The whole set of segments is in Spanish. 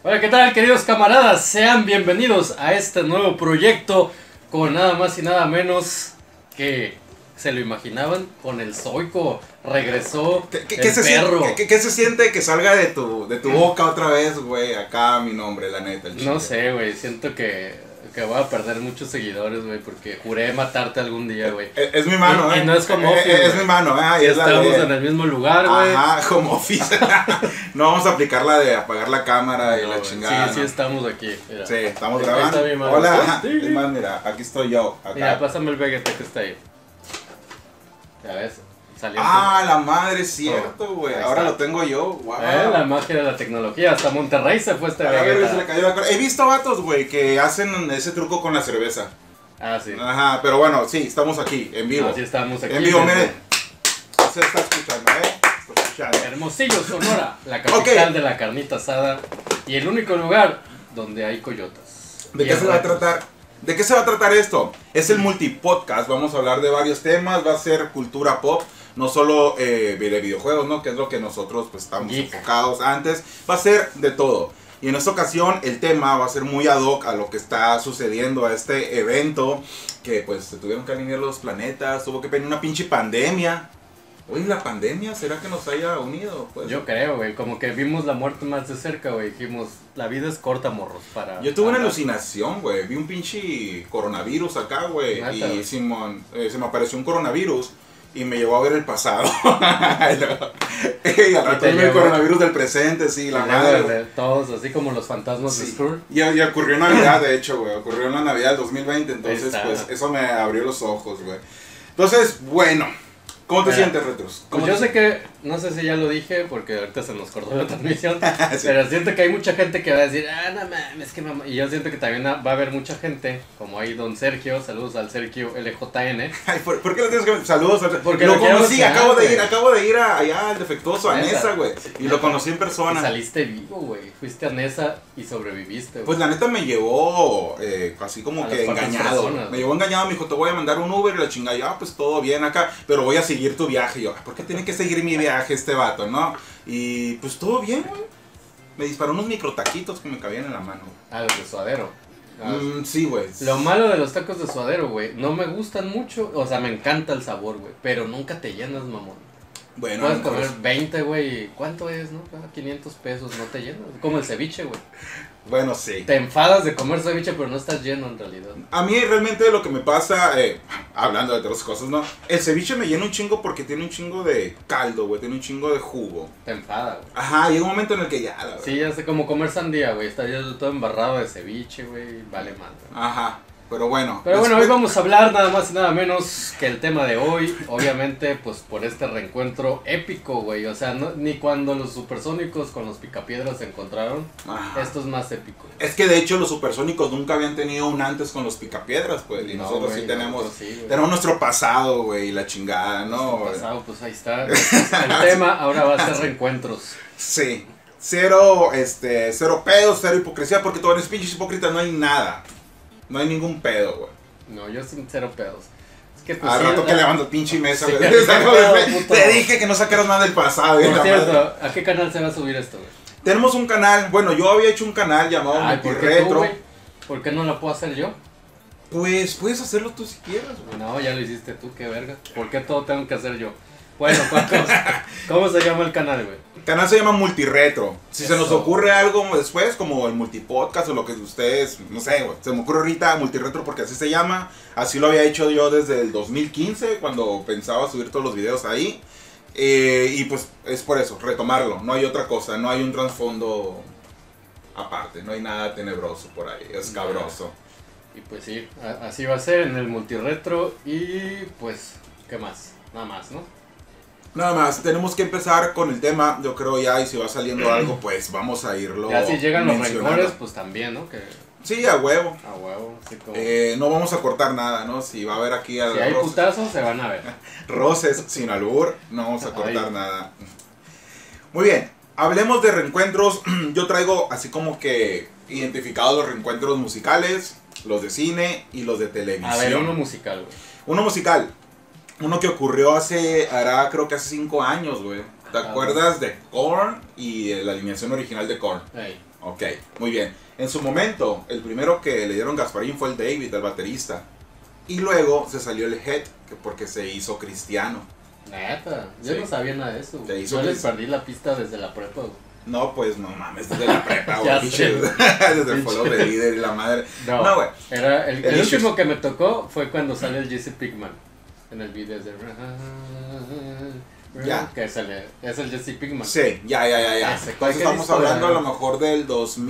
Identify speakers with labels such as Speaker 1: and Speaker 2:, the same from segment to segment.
Speaker 1: Hola, ¿qué tal, queridos camaradas? Sean bienvenidos a este nuevo proyecto con nada más y nada menos que, ¿se lo imaginaban? Con el Zoico regresó
Speaker 2: ¿Qué se siente que salga de tu boca otra vez, güey? Acá mi nombre, la neta.
Speaker 1: No sé, güey, siento que voy a perder muchos seguidores, güey, porque juré matarte algún día, güey.
Speaker 2: Es mi mano,
Speaker 1: y no es como office,
Speaker 2: es mi mano,
Speaker 1: y estamos en el mismo lugar, güey.
Speaker 2: Ajá, como office. No vamos a aplicar la de apagar la cámara y la chingada.
Speaker 1: Sí, estamos aquí. Mira.
Speaker 2: Sí, estamos grabando. Hola, es más, mira, aquí estoy yo. Acá.
Speaker 1: Mira, pásame el Vegeta que está ahí. Ya ves.
Speaker 2: La madre, es cierto, güey. Ahora lo tengo yo. Wow.
Speaker 1: La magia de la tecnología. Hasta Monterrey se fue este Vegeta.
Speaker 2: Se le cayó la cara. He visto vatos, güey, que hacen ese truco con la cerveza.
Speaker 1: Ah, sí.
Speaker 2: Ajá, pero bueno, sí, estamos aquí, en vivo.
Speaker 1: Sí, estamos aquí.
Speaker 2: En vivo, miren. Se está escuchando, Está escuchando.
Speaker 1: Hermosillo, Sonora, la capital de la carnita asada y el único lugar donde hay coyotas.
Speaker 2: ¿De qué se va a tratar? ¿De qué se va a tratar esto? Es el multipodcast. Vamos a hablar de varios temas. Va a ser cultura pop. No solo de videojuegos, ¿no? Que es lo que nosotros pues estamos enfocados antes. Va a ser de todo. Y en esta ocasión el tema va a ser muy ad hoc a lo que está sucediendo a este evento. Que pues se tuvieron que alinear los planetas. Tuvo que venir una pinche pandemia. Oye, ¿la pandemia será que nos haya unido? Pues,
Speaker 1: yo creo, güey. Como que vimos la muerte más de cerca, güey. Dijimos, la vida es corta, morros.
Speaker 2: Yo tuve una alucinación, güey. Vi un pinche coronavirus acá, güey. Y se me apareció un coronavirus. Y me llevó a ver el pasado. Y al rato el coronavirus del presente, sí, la madre.
Speaker 1: Todos, así como los fantasmas de Skrull.
Speaker 2: Y ocurrió en Navidad, de hecho, güey. Ocurrió en la Navidad del 2020. Entonces, pues, eso me abrió los ojos, güey. Entonces, bueno. ¿Cómo te sientes, Retros?
Speaker 1: Pues yo sé que, no sé si ya lo dije, porque ahorita se nos cortó la transmisión, sí. Pero siento que hay mucha gente que va a decir, no mames, que mamá. Y yo siento que también va a haber mucha gente, como hay don Sergio, saludos al Sergio LJN.
Speaker 2: Ay, ¿por qué lo tienes que...? Saludos al...
Speaker 1: Porque
Speaker 2: lo conocí, acabo de ir allá al defectuoso, a Nesa, güey. Y lo conocí en persona.
Speaker 1: Y saliste vivo, güey. Fuiste a Nesa y sobreviviste, güey.
Speaker 2: Pues la neta me llevó así como que engañado. Me llevó engañado, me dijo, te voy a mandar un Uber y la chingada. Yo, pues todo bien acá, pero voy a seguir tu viaje. Y yo, ¿por qué tiene que seguir mi viaje este vato, no? Y pues todo bien, güey. Me disparó unos microtaquitos que me cabían en la mano.
Speaker 1: Los de suadero.
Speaker 2: Sí, güey.
Speaker 1: Lo malo de los tacos de suadero, güey, no me gustan mucho. O sea, me encanta el sabor, güey, pero nunca te llenas, mamón.
Speaker 2: Bueno,
Speaker 1: puedes comer 20, güey. ¿Cuánto es, no? 500 pesos, no te llenas. Como el ceviche, güey.
Speaker 2: Bueno, sí.
Speaker 1: Te enfadas de comer ceviche, pero no estás lleno en realidad.
Speaker 2: A mí realmente lo que me pasa, hablando de otras cosas, ¿no? El ceviche me llena un chingo porque tiene un chingo de caldo, güey. Tiene un chingo de jugo.
Speaker 1: Te enfada, güey.
Speaker 2: Ajá, llega un momento en el que ya, la verdad.
Speaker 1: Sí, ya sé, como comer sandía, güey. Está ya todo embarrado de ceviche, güey. Vale mal, güey.
Speaker 2: Ajá. Pero bueno,
Speaker 1: hoy vamos a hablar nada más y nada menos que el tema de hoy, obviamente, pues por este reencuentro épico, güey. O sea, ni cuando los supersónicos con los picapiedras se encontraron, esto es más épico.
Speaker 2: Es que de hecho los supersónicos nunca habían tenido un antes con los picapiedras, pues. Y nosotros sí tenemos, tenemos nuestro pasado, güey, y la chingada, ¿no?
Speaker 1: Nuestro pasado, pues ahí está. El tema ahora va a ser reencuentros.
Speaker 2: Sí. Cero pedos, cero hipocresía, porque todos los pinches hipócritas no hay nada. No hay ningún pedo, güey.
Speaker 1: No, yo sin cero pedos. Es que pues
Speaker 2: al rato que levanto pinche mesa, güey.
Speaker 1: Sí,
Speaker 2: te dije que no sacaras nada del pasado,
Speaker 1: güey. Por cierto, ¿a qué canal se va a subir esto, güey?
Speaker 2: Tenemos un canal, bueno, yo había hecho un canal llamado Multiretro.
Speaker 1: ¿Por qué no lo puedo hacer yo?
Speaker 2: Pues puedes hacerlo tú si quieres,
Speaker 1: güey. No, ya lo hiciste tú, qué verga. ¿Por qué todo tengo que hacer yo? Bueno, ¿cómo se llama el canal, güey?
Speaker 2: El canal se llama Multiretro. Si se nos ocurre algo después, como el multipodcast o lo que ustedes, no sé, güey, se me ocurre ahorita Multiretro porque así se llama. Así lo había hecho yo desde el 2015, cuando pensaba subir todos los videos ahí. Y pues es por eso, retomarlo. No hay otra cosa, no hay un trasfondo aparte, no hay nada tenebroso por ahí, escabroso.
Speaker 1: Y pues sí, así va a ser en el Multiretro y pues, ¿qué más? Nada más, ¿no?
Speaker 2: Nada más, tenemos que empezar con el tema, yo creo ya, y si va saliendo algo, pues vamos a irlo
Speaker 1: ya si llegan los rencores, pues también, ¿no? Que...
Speaker 2: Sí, a huevo.
Speaker 1: A huevo, sí, como...
Speaker 2: no vamos a cortar nada, ¿no? Si va a haber aquí...
Speaker 1: Si hay putazos, se van a ver.
Speaker 2: Roces sin albur, no vamos a cortar nada. Muy bien, hablemos de reencuentros. Yo traigo así como que identificados los reencuentros musicales, los de cine y los de televisión.
Speaker 1: A ver, uno musical, güey.
Speaker 2: Uno musical. Uno que ocurrió creo que hace 5 años, güey. ¿Te acuerdas de Korn y la alineación original de Korn?
Speaker 1: Hey.
Speaker 2: Ok, muy bien. En su momento, el primero que le dieron Gasparín fue el David, el baterista. Y luego se salió el Head, porque se hizo cristiano.
Speaker 1: Neta, yo no sabía nada de eso.
Speaker 2: Yo
Speaker 1: les perdí la pista desde la prepa, güey.
Speaker 2: No, pues no mames, desde la prepa, güey. Desde el follow de líder y la madre.
Speaker 1: No, güey. Era el último que me tocó fue cuando sale el Jesse Pinkman. En el video de...
Speaker 2: Ya.
Speaker 1: Que es el Jesse Pinkman.
Speaker 2: Sí, ya. Entonces estamos hablando a lo mejor del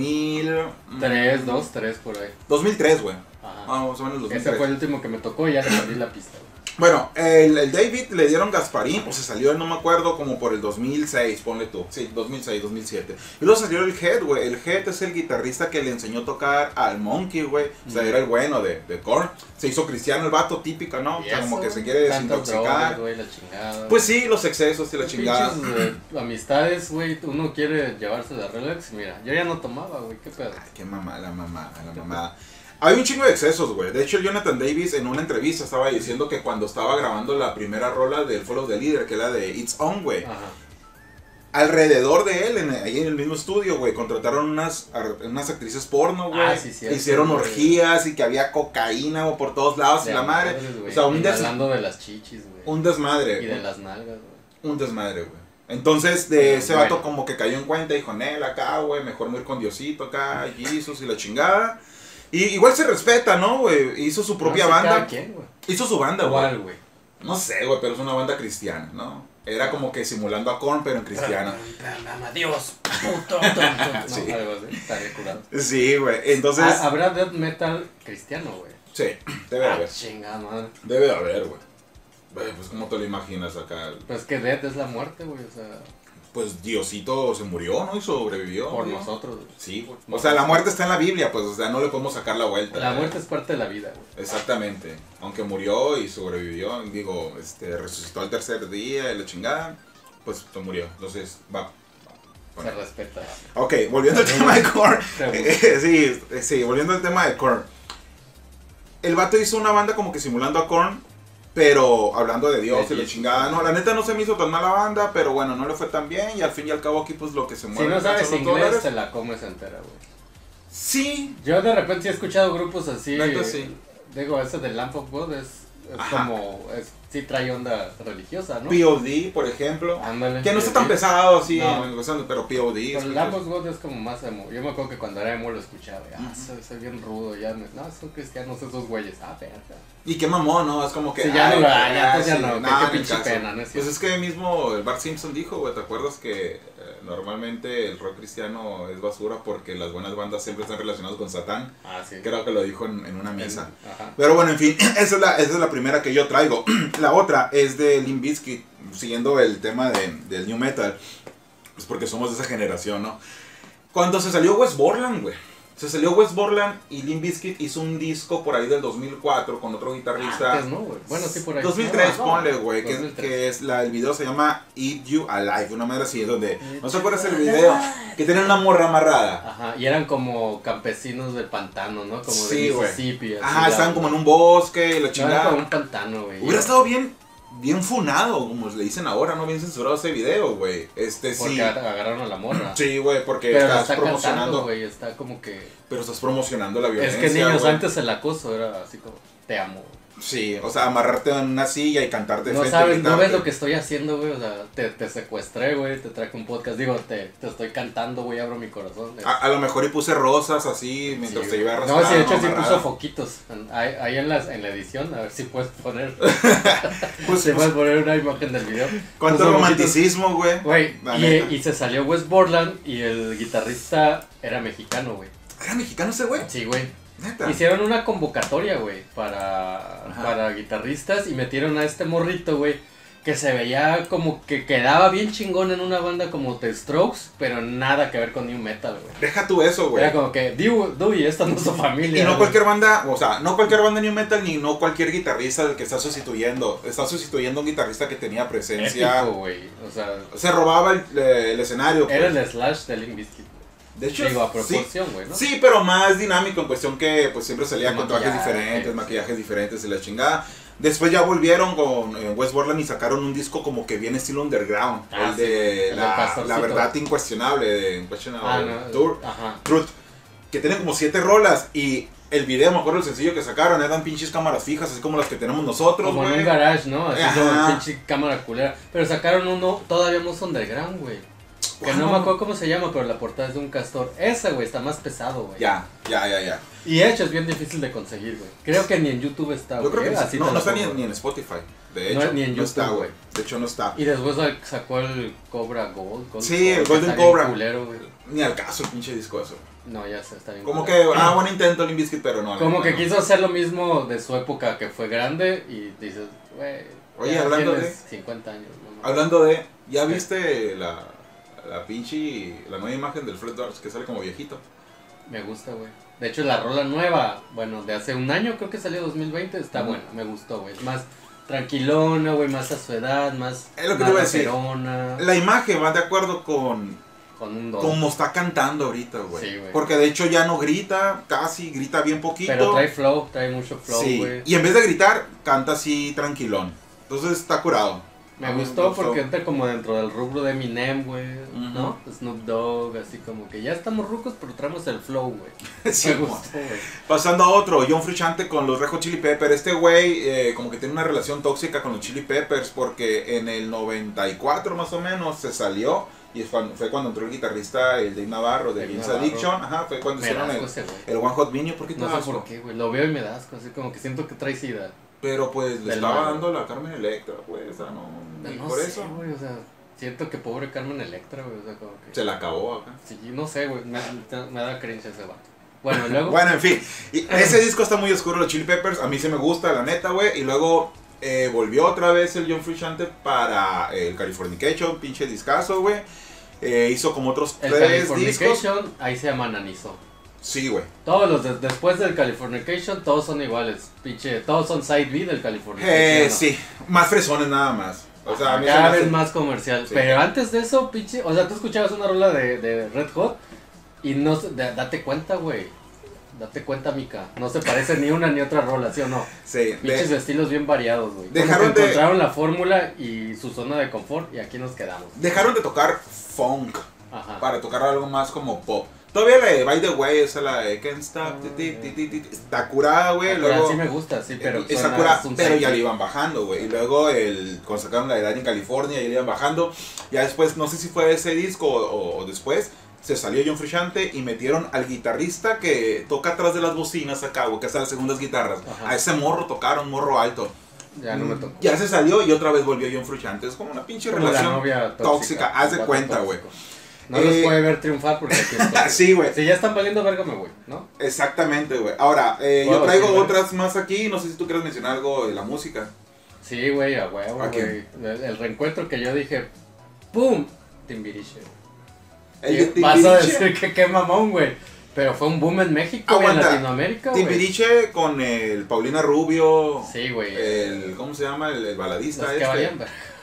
Speaker 2: 2003,
Speaker 1: 3 por ahí.
Speaker 2: 2003, güey.
Speaker 1: Ajá.
Speaker 2: Vamos a ver el 2003.
Speaker 1: Ese fue el último que me tocó y ya le perdí la pista, güey.
Speaker 2: Bueno, el David le dieron Gasparín, o se salió, no me acuerdo, como por el 2006, ponle tú. Sí, 2006, 2007. Y luego salió el Head, güey. El Head es el guitarrista que le enseñó a tocar al Monkey, güey. O sea, era el bueno de Korn. Se hizo cristiano el vato, típico, ¿no? O sea, como que se quiere desintoxicar.
Speaker 1: Drogas, la chingada.
Speaker 2: Pues sí, los excesos y la chingada.
Speaker 1: Amistades, güey, uno quiere llevarse de relax. Mira, yo ya no tomaba, güey, qué pedo.
Speaker 2: Ay, qué mamada, la mamada. Hay un chingo de excesos, güey. De hecho, el Jonathan Davis en una entrevista estaba diciendo que cuando estaba grabando la primera rola del Follow the Leader, que era de It's On, güey, alrededor de él, ahí en el mismo estudio, güey, contrataron unas actrices porno, güey.
Speaker 1: Sí,
Speaker 2: hicieron orgías y que había cocaína güey, por todos lados y la madre. O sea,
Speaker 1: hablando de las chichis, güey.
Speaker 2: Un desmadre.
Speaker 1: Y de las nalgas, güey.
Speaker 2: Un desmadre, güey. Entonces, ese vato como que cayó en cuenta y dijo, Nel, acá, güey, mejor me ir con Diosito acá, Jesus y la chingada. Y igual se respeta, ¿no, güey? Hizo su propia banda.
Speaker 1: ¿Quién, güey?
Speaker 2: Hizo su banda, güey.
Speaker 1: ¿Cuál, güey?
Speaker 2: No sé, güey, pero es una banda cristiana, ¿no? Era como que simulando a Korn, pero en cristiano.
Speaker 1: Dios, puto,
Speaker 2: sí.
Speaker 1: Algo así, estaría curado.
Speaker 2: Sí, güey, entonces...
Speaker 1: ¿Habrá death metal cristiano, güey?
Speaker 2: Sí, debe haber.
Speaker 1: Chingada madre.
Speaker 2: Debe haber, güey. Pues, ¿cómo te lo imaginas acá?
Speaker 1: Pues que death es la muerte, güey, o sea...
Speaker 2: Pues Diosito se murió, ¿no? Y sobrevivió.
Speaker 1: Por
Speaker 2: ¿no?
Speaker 1: nosotros.
Speaker 2: Sí, güey. O sea, la muerte está en la Biblia, pues, o sea, no le podemos sacar la vuelta.
Speaker 1: La muerte es parte de la vida, güey.
Speaker 2: Exactamente. Aunque murió y sobrevivió, digo, resucitó al tercer día y la chingada, pues se murió. Entonces, va.
Speaker 1: Se respeta.
Speaker 2: Ok, volviendo al tema de Korn. Sí, volviendo al tema de Korn. El vato hizo una banda como que simulando a Korn, pero hablando de Dios y la chingada. No, la neta no se me hizo tan mala banda, pero bueno, no le fue tan bien. Y al fin y al cabo aquí pues lo que se mueve.
Speaker 1: Si no sabes inglés, te la comes entera, güey.
Speaker 2: Sí.
Speaker 1: Yo de repente sí he escuchado grupos así.
Speaker 2: Neta, sí.
Speaker 1: Digo, ese de Lamp of God es como... sí trae onda religiosa, ¿no?
Speaker 2: POD, por ejemplo.
Speaker 1: Ándale.
Speaker 2: Que no está tan pesado así,
Speaker 1: no.
Speaker 2: pero POD.
Speaker 1: Pero Lamp of God es como más emo. Yo me acuerdo que cuando era emo lo escuchaba. Soy bien rudo. Ya no, son cristianos esos güeyes. Verga.
Speaker 2: Y qué mamón, ¿no? Es como que...
Speaker 1: Sí, ya no, ya no. Qué pinche pena, ¿no?
Speaker 2: Pues es que mismo el Bart Simpson dijo, güey, ¿te acuerdas que normalmente el rock cristiano es basura porque las buenas bandas siempre están relacionadas con Satán?
Speaker 1: Sí.
Speaker 2: Creo que lo dijo en una misa. Pero bueno, en fin, esa es la primera que yo traigo. La otra es de Limp Bizkit, siguiendo el tema del New Metal, pues porque somos de esa generación, ¿no? Cuando se salió Wes Borland, güey. Se salió Wes Borland y Limp Bizkit hizo un disco por ahí del 2004 con otro guitarrista.
Speaker 1: Antes, ¿no, güey? Bueno, sí, por ahí.
Speaker 2: 2003, ponle, güey, que es el video se llama Eat You Alive, una manera así, donde, ¿no se acuerdas el video? Que tienen una morra amarrada.
Speaker 1: Ajá, y eran como campesinos del pantano, ¿no? Como de Mississippi.
Speaker 2: Ajá, estaban como en un bosque y la chingada.
Speaker 1: Era como un pantano, güey.
Speaker 2: Hubiera estado bien funado, como le dicen ahora, no bien censurado ese video, güey.
Speaker 1: Porque agarraron a la morra.
Speaker 2: Sí, güey, porque
Speaker 1: pero
Speaker 2: estás promocionando,
Speaker 1: güey, está como que...
Speaker 2: Pero estás promocionando la violencia.
Speaker 1: Es que niños,
Speaker 2: güey.
Speaker 1: antes el acoso era así como, te amo.
Speaker 2: Sí, o sea, amarrarte en una silla y cantarte
Speaker 1: no sabes, no ves lo que estoy haciendo, güey, o sea, te secuestré, güey, te traje un podcast, digo, te estoy cantando, güey, abro mi corazón.
Speaker 2: A lo mejor y puse rosas así mientras te iba a arrastrar.
Speaker 1: No, sí, de hecho sí puso foquitos, ahí en la edición, a ver si puedes poner, puedes poner una imagen del video.
Speaker 2: ¿Cuánto romanticismo, güey?
Speaker 1: Güey, y se salió Wes Borland y el guitarrista era mexicano, güey.
Speaker 2: ¿Era mexicano ese güey?
Speaker 1: Sí, güey.
Speaker 2: ¿Neta?
Speaker 1: Hicieron una convocatoria, güey, para guitarristas y metieron a este morrito, güey, que se veía como que quedaba bien chingón en una banda como The Strokes, pero nada que ver con New Metal, güey.
Speaker 2: Deja tú eso, güey.
Speaker 1: Era como que, Dewey, esta no es tu familia.
Speaker 2: Y no cualquier banda, o sea, no cualquier banda New Metal ni no cualquier guitarrista del que está sustituyendo. Está sustituyendo a un guitarrista que tenía presencia.
Speaker 1: Épico, güey. O sea,
Speaker 2: se robaba el escenario.
Speaker 1: Era el Slash de Limp Bizkit.
Speaker 2: De hecho,
Speaker 1: digo, a proporción, güey, ¿no?
Speaker 2: Sí, pero más dinámico en cuestión que pues siempre salía con trajes diferentes, maquillajes diferentes y la chingada. Después ya volvieron con West Borland y sacaron un disco como que viene estilo underground. El de la verdad incuestionable, de Unquestionable Truth. Que tiene como 7 rolas y el video, me acuerdo el sencillo que sacaron, eran pinches cámaras fijas, así como las que tenemos nosotros,
Speaker 1: como en un garage, ¿no? Así como pinche cámara culera. Pero sacaron uno todavía más underground, güey. Que no me acuerdo cómo se llama, pero la portada es de un castor. Esa, güey, está más pesado, güey.
Speaker 2: Ya.
Speaker 1: Y hecho es bien difícil de conseguir, güey. Creo que ni en YouTube está, güey.
Speaker 2: Yo creo que así no está ni en Spotify. De hecho,
Speaker 1: ni en YouTube,
Speaker 2: está, güey. De hecho, no está.
Speaker 1: Y después sacó el Cobra Gold.
Speaker 2: Sí, el Golden Cobra.
Speaker 1: Culero,
Speaker 2: ni al caso el pinche disco eso.
Speaker 1: No, ya está bien.
Speaker 2: Como culero. Que, buen intento Limp Bizkit, pero no.
Speaker 1: Como que quiso hacer lo mismo de su época, que fue grande, y dices, güey.
Speaker 2: Oye, hablando de
Speaker 1: 50 años, ¿no?
Speaker 2: Hablando de, ¿ya viste la nueva imagen del Fred Durst que sale como viejito?
Speaker 1: Me gusta, güey. De hecho, la rola nueva, bueno, de hace un año, creo que salió 2020, está buena, me gustó, güey. Es más tranquilona, güey, más a su edad, más...
Speaker 2: Es lo que te iba a decir.
Speaker 1: Raperona.
Speaker 2: La imagen va de acuerdo con
Speaker 1: un don.
Speaker 2: Como está cantando ahorita, güey.
Speaker 1: Sí, güey.
Speaker 2: Porque de hecho ya no grita, casi grita bien poquito.
Speaker 1: Pero trae flow, trae mucho flow,
Speaker 2: sí.
Speaker 1: güey.
Speaker 2: Y en vez de gritar, canta así tranquilón. Entonces está curado.
Speaker 1: Me gustó porque entra como dentro del rubro de Eminem, güey, ¿no? Snoop Dogg, así como que ya estamos rucos, pero traemos el flow, güey.
Speaker 2: Sí,
Speaker 1: me gustó, güey.
Speaker 2: Pasando a otro, John Frusciante con los Red Hot Chili Peppers. Este güey como que tiene una relación tóxica con los Chili Peppers porque en el 94 más o menos se salió. Y fue cuando entró el guitarrista, el Dave Navarro, de Vince Addiction. Ajá, fue cuando hicieron el One Hot Minute. ¿Por qué te
Speaker 1: No sé por qué, güey. Lo veo y me da asco, así como que siento que trae sida.
Speaker 2: Pero pues le estaba dando la Carmen Electra, pues, o sea, no por
Speaker 1: sé,
Speaker 2: eso.
Speaker 1: Güey, o sea, siento que pobre Carmen Electra, güey, o sea, como que...
Speaker 2: Se la acabó acá.
Speaker 1: Sí, no sé, güey, me da cringe ese vato. Bueno, luego...
Speaker 2: Bueno, en fin, y ese disco está muy oscuro, los Chili Peppers, a mí sí me gusta, la neta, güey, y luego volvió otra vez el John Frusciante para el Californication, pinche discazo, güey. Hizo como otros 3 discos.
Speaker 1: Ahí se llama Nanizo.
Speaker 2: Sí, güey.
Speaker 1: Todos los después del Californication, todos son iguales. Pinche, todos son side B del Californication.
Speaker 2: Sí, más fresones nada más. O sea,
Speaker 1: cada vez más comercial. Sí. Pero antes de eso, pinche, o sea, tú escuchabas una rola de Red Hot y no, date cuenta, güey. Date cuenta, Mika. No se parece ni una ni otra rola, ¿sí o no?
Speaker 2: Sí.
Speaker 1: Pinches estilos bien variados, güey. Encontraron la fórmula y su zona de confort y aquí nos quedamos.
Speaker 2: Dejaron de tocar funk para tocar algo más como pop. Todavía la de By the Way, esa la de Can't Stop, está curada, güey.
Speaker 1: Luego, sí me gusta, sí, pero
Speaker 2: está curada, pero ya le iban bajando, güey. Y luego cuando sacaron la de Daddy en California, ya le iban bajando. Ya después, no sé si fue ese disco o después, se salió John Frusciante y metieron al guitarrista que toca atrás de las bocinas acá, güey, que hace las segundas guitarras. A ese morro tocaron, morro alto.
Speaker 1: Ya no me tocó.
Speaker 2: Ya se salió y otra vez volvió John Frusciante. Es como una pinche como relación tóxica. Haz de cuenta, güey.
Speaker 1: No los puede ver triunfar porque aquí estoy.
Speaker 2: Sí, güey.
Speaker 1: Si ya están valiendo verga, me voy, ¿no?
Speaker 2: Exactamente, güey. Ahora, yo traigo otras más aquí. No sé si tú quieres mencionar algo de la música.
Speaker 1: Sí, güey, a huevo, güey. El reencuentro que yo dije, ¡pum! Timbiriche. Vas a decir que qué mamón, güey. Pero fue un boom en México y en Latinoamérica, güey.
Speaker 2: Timbiriche con el Paulina Rubio.
Speaker 1: Sí, güey.
Speaker 2: ¿Cómo se llama? El baladista
Speaker 1: que valían,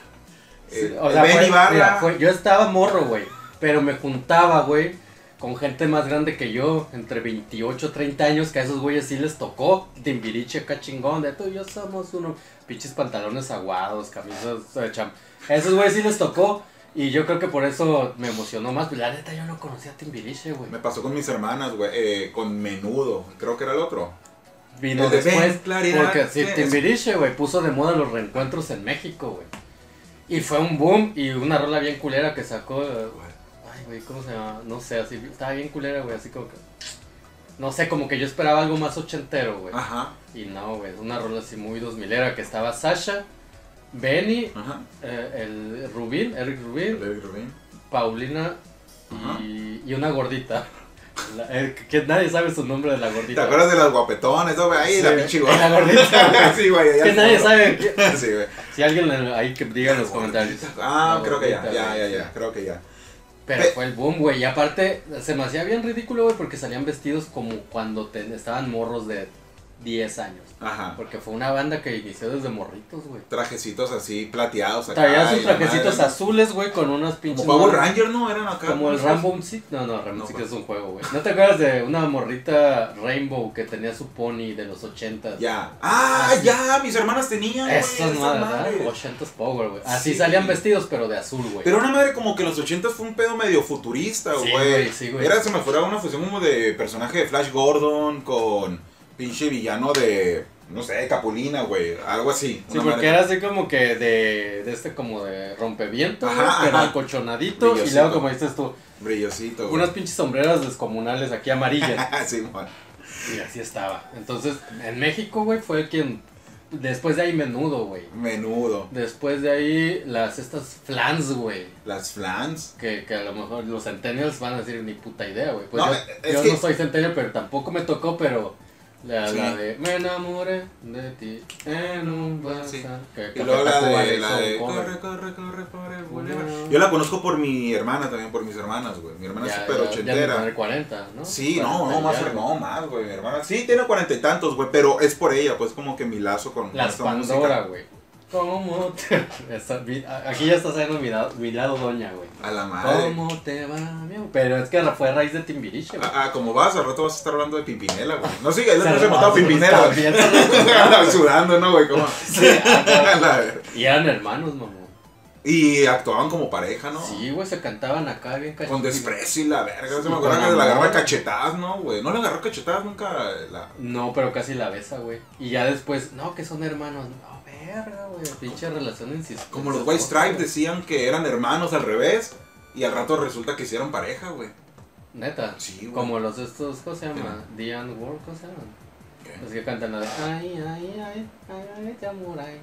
Speaker 2: o sea, Ben Ibarra.
Speaker 1: Yo estaba morro, güey. Pero me juntaba, güey, con gente más grande que yo, entre 28 y 30 años, que a esos güeyes sí les tocó Timbiriche acá chingón, de tú y yo somos unos pinches pantalones aguados, camisas de a esos güeyes sí les tocó, y yo creo que por eso me emocionó más, pues la neta yo no conocía a Timbiriche, güey.
Speaker 2: Me pasó con mis hermanas, güey, con Menudo, creo que era el otro.
Speaker 1: Vino después, porque sí, Timbiriche, güey, puso de moda los reencuentros en México, güey. Y fue un boom, y una rola bien culera que sacó... Güey, ¿cómo se llama? No sé, así, estaba bien culera, güey, así como que... No sé, como que yo esperaba algo más ochentero, güey.
Speaker 2: Ajá.
Speaker 1: Y no, güey, una rola así muy 2000era, que estaba Sasha, Benny, el Rubín, Eric Rubin, Paulina y una gordita. Que nadie sabe su nombre de la gordita.
Speaker 2: ¿Te acuerdas de las guapetones? ¿No, güey? Ahí sí, la pinche
Speaker 1: la gordita.
Speaker 2: Sí, güey.
Speaker 1: Que nadie sabe.
Speaker 2: Sí, güey.
Speaker 1: Si alguien ahí que diga en los comentarios.
Speaker 2: Creo que ya, creo que ya.
Speaker 1: Pero fue el boom, güey, y aparte se me hacía bien ridículo, güey, porque salían vestidos como cuando estaban morros de 10 años.
Speaker 2: Ajá.
Speaker 1: Porque fue una banda que inició desde morritos, güey.
Speaker 2: Trajecitos así, plateados acá.
Speaker 1: Traían sus trajecitos azules, güey, con unas pinches...
Speaker 2: Como Power Ranger, ¿no? Eran acá.
Speaker 1: Como el Rainbow Six. No, Rainbow Six es un juego, güey. ¿No te acuerdas de una morrita Rainbow que tenía su pony de los 80s?
Speaker 2: Ya. Ya, mis hermanas tenían, güey.
Speaker 1: Esas madres, ¿verdad? 80s Power, güey. Así salían vestidos, pero de azul, güey.
Speaker 2: Pero una madre como que en los 80s fue un pedo medio futurista, güey.
Speaker 1: Sí, güey.
Speaker 2: Se me fuera una fusión como de personaje de Flash Gordon con pinche villano de... No sé, Capulina, güey, algo así.
Speaker 1: Sí, porque era así como que de como de rompeviento, pero acolchonadito. Y luego, como dices tú,
Speaker 2: brillosito,
Speaker 1: unas pinches sombreras descomunales aquí amarillas.
Speaker 2: Sí, man.
Speaker 1: Y así estaba. Entonces, en México, güey, fue quien... Después de ahí Menudo, güey.
Speaker 2: Menudo.
Speaker 1: Después de ahí estas flans, güey.
Speaker 2: Las flans.
Speaker 1: Que a lo mejor los centennials van a decir ni puta idea, güey. Pues
Speaker 2: no,
Speaker 1: yo no soy centennial, pero tampoco me tocó, pero... La de me enamoré de ti en un bazar.
Speaker 2: Sí.
Speaker 1: Y
Speaker 2: luego la de corre por el bulevar. Yo la conozco por mi hermana también, por mis hermanas, güey. Mi hermana es súper ochentera.
Speaker 1: Ya 40, ¿no?
Speaker 2: Sí, más, güey. Mi hermana sí tiene 40 y tantos, güey, pero es por ella, pues como que mi lazo con
Speaker 1: Las
Speaker 2: esta
Speaker 1: Pandora,
Speaker 2: música.
Speaker 1: güey. ¿Cómo te... Aquí ya está saliendo mi lado doña, güey.
Speaker 2: A la madre.
Speaker 1: ¿Cómo te va, amigo? Pero es que fue a raíz de Timbiriche, güey.
Speaker 2: Como vas, al rato vas a estar hablando de Pimpinela, güey. No, sí, ahí les he matado Pimpinela, güey. Sudando, ¿no, güey? ¿Cómo?
Speaker 1: Sí, y eran hermanos, mamá.
Speaker 2: Y actuaban como pareja, ¿no?
Speaker 1: Sí, güey, se cantaban acá bien
Speaker 2: cachetas. Con desprecio y la verga. Se me acuerdo que la agarraba cachetadas, ¿no, güey? ¿No le agarró cachetadas nunca?
Speaker 1: No, pero casi la besa, güey. Y ya después, no, que son hermanos. No, verga, güey. Pinche relación insistente.
Speaker 2: Como los White Stripes decían que eran hermanos al revés. Y al rato resulta que hicieron pareja, güey.
Speaker 1: Neta.
Speaker 2: Sí, güey.
Speaker 1: Como los estos, ¿cómo se llama? Diane Ward, ¿cómo se llaman? Los que cantan la de ay, te amor, ay.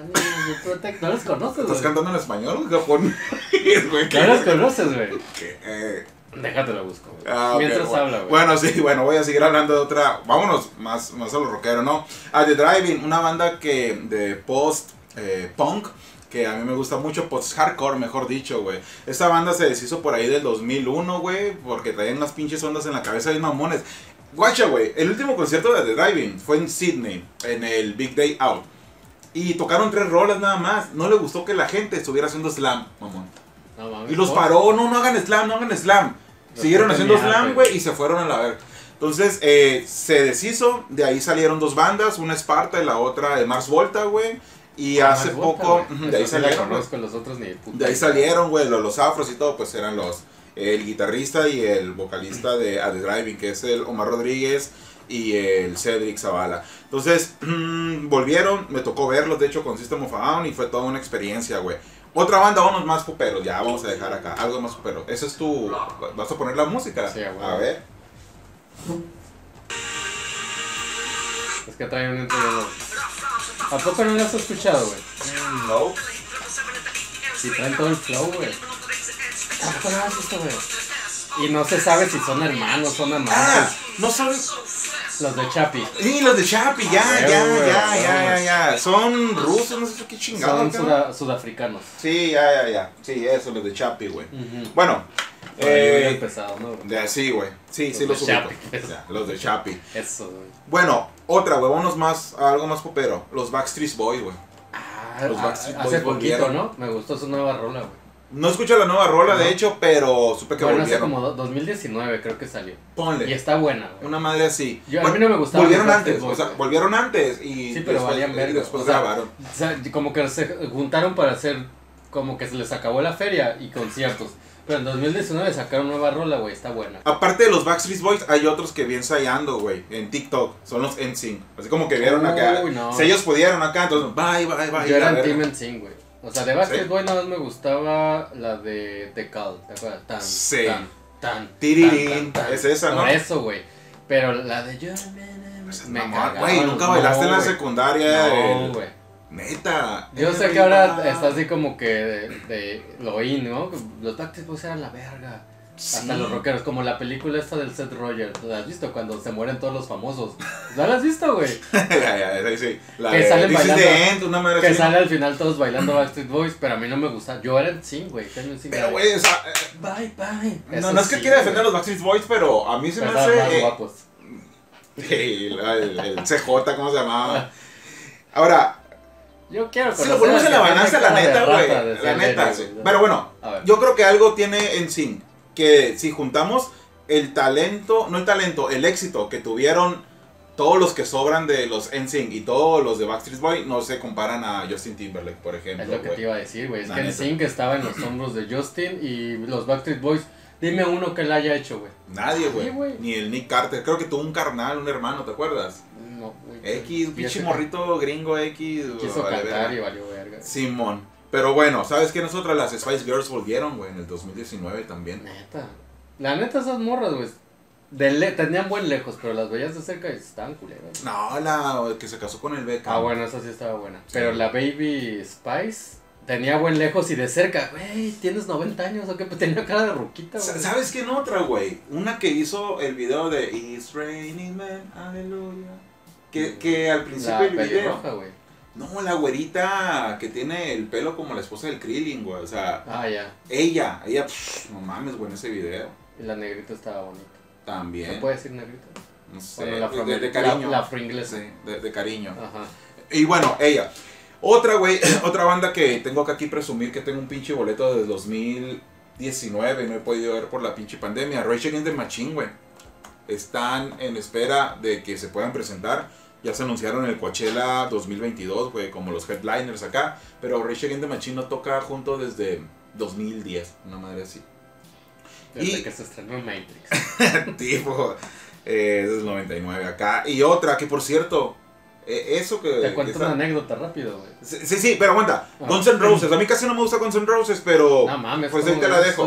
Speaker 1: No los conoces, güey.
Speaker 2: ¿Estás cantando en español o en japonés, güey?
Speaker 1: No los conoces, güey. Déjate lo busco, güey. Mientras habla, güey.
Speaker 2: Bueno, sí, voy a seguir hablando de otra. Vámonos más a los rockeros, ¿no? The Drive-In, una banda de post-punk. Que a mí me gusta mucho, post-hardcore, mejor dicho, güey. Esta banda se deshizo por ahí del 2001, güey. Porque traían unas pinches ondas en la cabeza de mamones. Guacha, güey. El último concierto de The Drive-In fue en Sydney, en el Big Day Out. Y tocaron 3 rolas nada más. No le gustó que la gente estuviera haciendo slam, mamón.
Speaker 1: No, mami,
Speaker 2: y los paró, no hagan slam. Siguieron haciendo slam, güey, y se fueron a la verga. Entonces, se deshizo. De ahí salieron 2 bandas, una Esparta y la otra de Mars Volta, güey. Y hace poco, de ahí salieron.
Speaker 1: Los otros ni puta.
Speaker 2: De ahí salieron, güey, los afros y todo, pues eran el guitarrista y el vocalista de The Drive-In, que es el Omar Rodríguez y el Cedric Zavala. Entonces, volvieron, me tocó verlos, de hecho, con System of a Down, y fue toda una experiencia, güey. Otra banda, unos más poperos, ya vamos a dejar acá, algo más popero. Ese es tu... ¿Vas a poner la música?
Speaker 1: Sí, güey.
Speaker 2: A ver.
Speaker 1: Es que traen un entrenador. ¿A poco no lo has escuchado, güey?
Speaker 2: No.
Speaker 1: Si traen todo el flow, güey. ¿A poco no has visto, güey? Y no se sabe si son hermanos, son amantes.
Speaker 2: No son...
Speaker 1: Los de Chapi.
Speaker 2: Sí, los de Chapi, ya. Son rusos, no sé qué chingados.
Speaker 1: Son sudafricanos.
Speaker 2: Sí, ya. Sí, eso, los de Chapi, güey. Bueno.
Speaker 1: Empezado, ¿no?
Speaker 2: Sí, güey. Sí, los ubico. Los de Chapi.
Speaker 1: Eso, güey.
Speaker 2: Bueno, otra, güey, vámonos algo más popero. Los Backstreet Boys, güey.
Speaker 1: Los Backstreet Boys hace poquito, ¿no? Me gustó su nueva rola, güey.
Speaker 2: No escucho la nueva rola, de hecho, pero supe que volvieron.
Speaker 1: Hace como 2019 creo que salió.
Speaker 2: Ponle.
Speaker 1: Y está buena, güey.
Speaker 2: Una madre así.
Speaker 1: A mí no me gustaba.
Speaker 2: Volvieron antes y
Speaker 1: sí, pero valían verga.
Speaker 2: Después grabaron.
Speaker 1: O sea, como que se juntaron para hacer, como que se les acabó la feria y conciertos. Pero en 2019 sacaron nueva rola, güey, está buena.
Speaker 2: Aparte de los Backstreet Boys, hay otros que vi ensayando, güey, en TikTok. Son los NSYNC. Así como que vieron acá.
Speaker 1: No.
Speaker 2: Si ellos pudieron acá, entonces, bye.
Speaker 1: Yo era en Team NSYNC, güey. O sea, de Backstreet Boys nada más me gustaba la de The Call, ¿te acuerdas? Tan.
Speaker 2: Es esa, ¿no?
Speaker 1: Por eso, güey. Pero la de yo me cagaba.
Speaker 2: Güey, nunca bailaste en la secundaria.
Speaker 1: No, güey.
Speaker 2: Neta.
Speaker 1: Yo sé que ahora está así como que de lo in, ¿no? Los Backstreet Boys eran la verga. Sí. Hasta los rockeros, como la película esta del Seth Rogers. ¿La has visto? Cuando se mueren todos los famosos. ¿No la has visto, güey?
Speaker 2: Sí.
Speaker 1: Que salen bailando.
Speaker 2: Una madre
Speaker 1: que
Speaker 2: así,
Speaker 1: sale al final todos bailando Backstreet Boys, pero a mí no me gusta. Yo era en sí, güey.
Speaker 2: Pero, güey, o sea...
Speaker 1: Bye.
Speaker 2: No es que quiera defender a los Backstreet Boys, pero a mí se me hace...
Speaker 1: más guapos.
Speaker 2: Sí, el CJ, ¿cómo se llamaba? Ahora,
Speaker 1: yo quiero
Speaker 2: si lo ponemos en la balanza, la neta, güey. La neta, sí. Pero bueno, yo creo que algo tiene NSYNC. Que si juntamos el talento, no el talento, el éxito que tuvieron todos los que sobran de los NSYNC y todos los de Backstreet Boy, no se comparan a Justin Timberlake, por ejemplo.
Speaker 1: Es lo que te iba a decir, güey. Es que NSYNC estaba en los hombros de Justin y los Backstreet Boys. Dime uno que la haya hecho, güey.
Speaker 2: Nadie, güey. Ni el Nick Carter. Creo que tuvo un carnal, un hermano, ¿te acuerdas?
Speaker 1: No, güey.
Speaker 2: X, pinche morrito gringo X.
Speaker 1: Quiso cantar y valió verga.
Speaker 2: Simón. Pero bueno, ¿sabes qué? Nosotras las Spice Girls volvieron, güey, en el 2019 también.
Speaker 1: Neta. La neta, esas morras, güey. Tenían buen lejos, pero las veías de cerca y estaban culeras.
Speaker 2: No, la que se casó con el Beckham.
Speaker 1: Ah, bueno, esa sí estaba buena. Sí. Pero la Baby Spice tenía buen lejos y de cerca. Güey, ¿tienes 90 años o qué? Pues tenía cara de ruquita, güey.
Speaker 2: ¿Sabes quién otra, güey? Una que hizo el video de It's Raining Man, Aleluya. Que al principio del video.
Speaker 1: Roja, güey.
Speaker 2: No, la güerita que tiene el pelo como la esposa del Krillin, güey. O sea,
Speaker 1: ya.
Speaker 2: Ella, no mames, güey, en ese video.
Speaker 1: Y la negrita estaba bonita.
Speaker 2: También.
Speaker 1: ¿Se puede decir negrita?
Speaker 2: No sé,
Speaker 1: bueno,
Speaker 2: de cariño.
Speaker 1: La afroinglesa.
Speaker 2: Sí, de cariño.
Speaker 1: Ajá.
Speaker 2: Y bueno, ella. Otra, güey, otra banda que tengo que aquí presumir que tengo un pinche boleto desde 2019 y no he podido ver por la pinche pandemia. Rage Against the Machine, güey. Están en espera de que se puedan presentar. Ya se anunciaron el Coachella 2022, güey, como los headliners acá. Pero Rage Against the Machine no toca junto desde 2010, una madre así.
Speaker 1: Desde que se estrenó Matrix.
Speaker 2: Tipo, desde el 99 acá. Y otra que, por cierto, eso que...
Speaker 1: Te cuento una anécdota rápido, güey.
Speaker 2: Sí, pero aguanta. Guns N' Roses. A mí casi no me gusta Guns N' Roses, pero...
Speaker 1: No mames.
Speaker 2: Pues ahí te la dejo.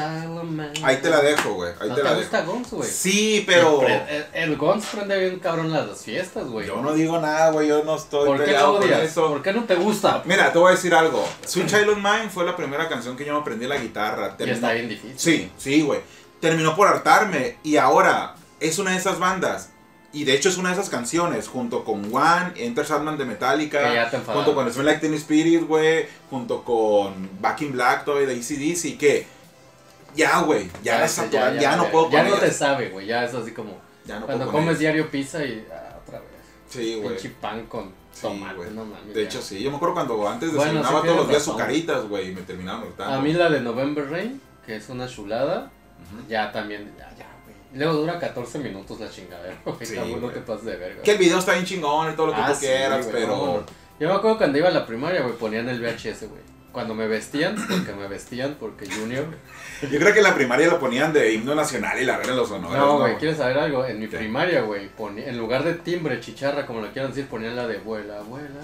Speaker 2: Ahí te la dejo, güey.
Speaker 1: ¿No te gusta Guns, güey?
Speaker 2: Sí, pero...
Speaker 1: El Guns prende bien cabrón las fiestas, güey.
Speaker 2: Yo no digo nada, güey. Yo no estoy
Speaker 1: ¿Por qué lo odias? ¿Por qué no te gusta?
Speaker 2: Mira, te voy a decir algo. Sweet Child of Mine fue la primera canción que yo me aprendí la guitarra.
Speaker 1: Y está bien difícil.
Speaker 2: Sí, güey. Terminó por hartarme. Y ahora es una de esas bandas. Y de hecho es una de esas canciones, junto con One, Enter Sandman de Metallica, junto con Smell Like Teen Spirit, güey, junto con Back in Black, todavía de AC/DC, que ya, güey, ya no puedo
Speaker 1: poner. Ya no te sabe, güey, ya es así como
Speaker 2: no
Speaker 1: cuando comes diario pizza y otra vez.
Speaker 2: Sí, güey.
Speaker 1: Pinche pan con tomate, no mames.
Speaker 2: De hecho, sí, yo me acuerdo cuando antes desayunaba todos los días azucaritas, güey, y me terminaban hurtando.
Speaker 1: A mí la de November Rain, que es una chulada, ya también, luego dura 14 minutos la chingadera. Sí, no te pases de verga.
Speaker 2: Que el video está bien chingón y todo lo que tú quieras, pero...
Speaker 1: No. Yo me acuerdo cuando iba a la primaria, güey, ponían el VHS, güey. Cuando me vestían, porque Junior.
Speaker 2: Yo creo que en la primaria lo ponían de himno nacional y la verga en los honores.
Speaker 1: No, güey, ¿quieres saber algo? En mi primaria, güey, en lugar de timbre, chicharra, como lo quieran decir, ponían la de vuela, vuela.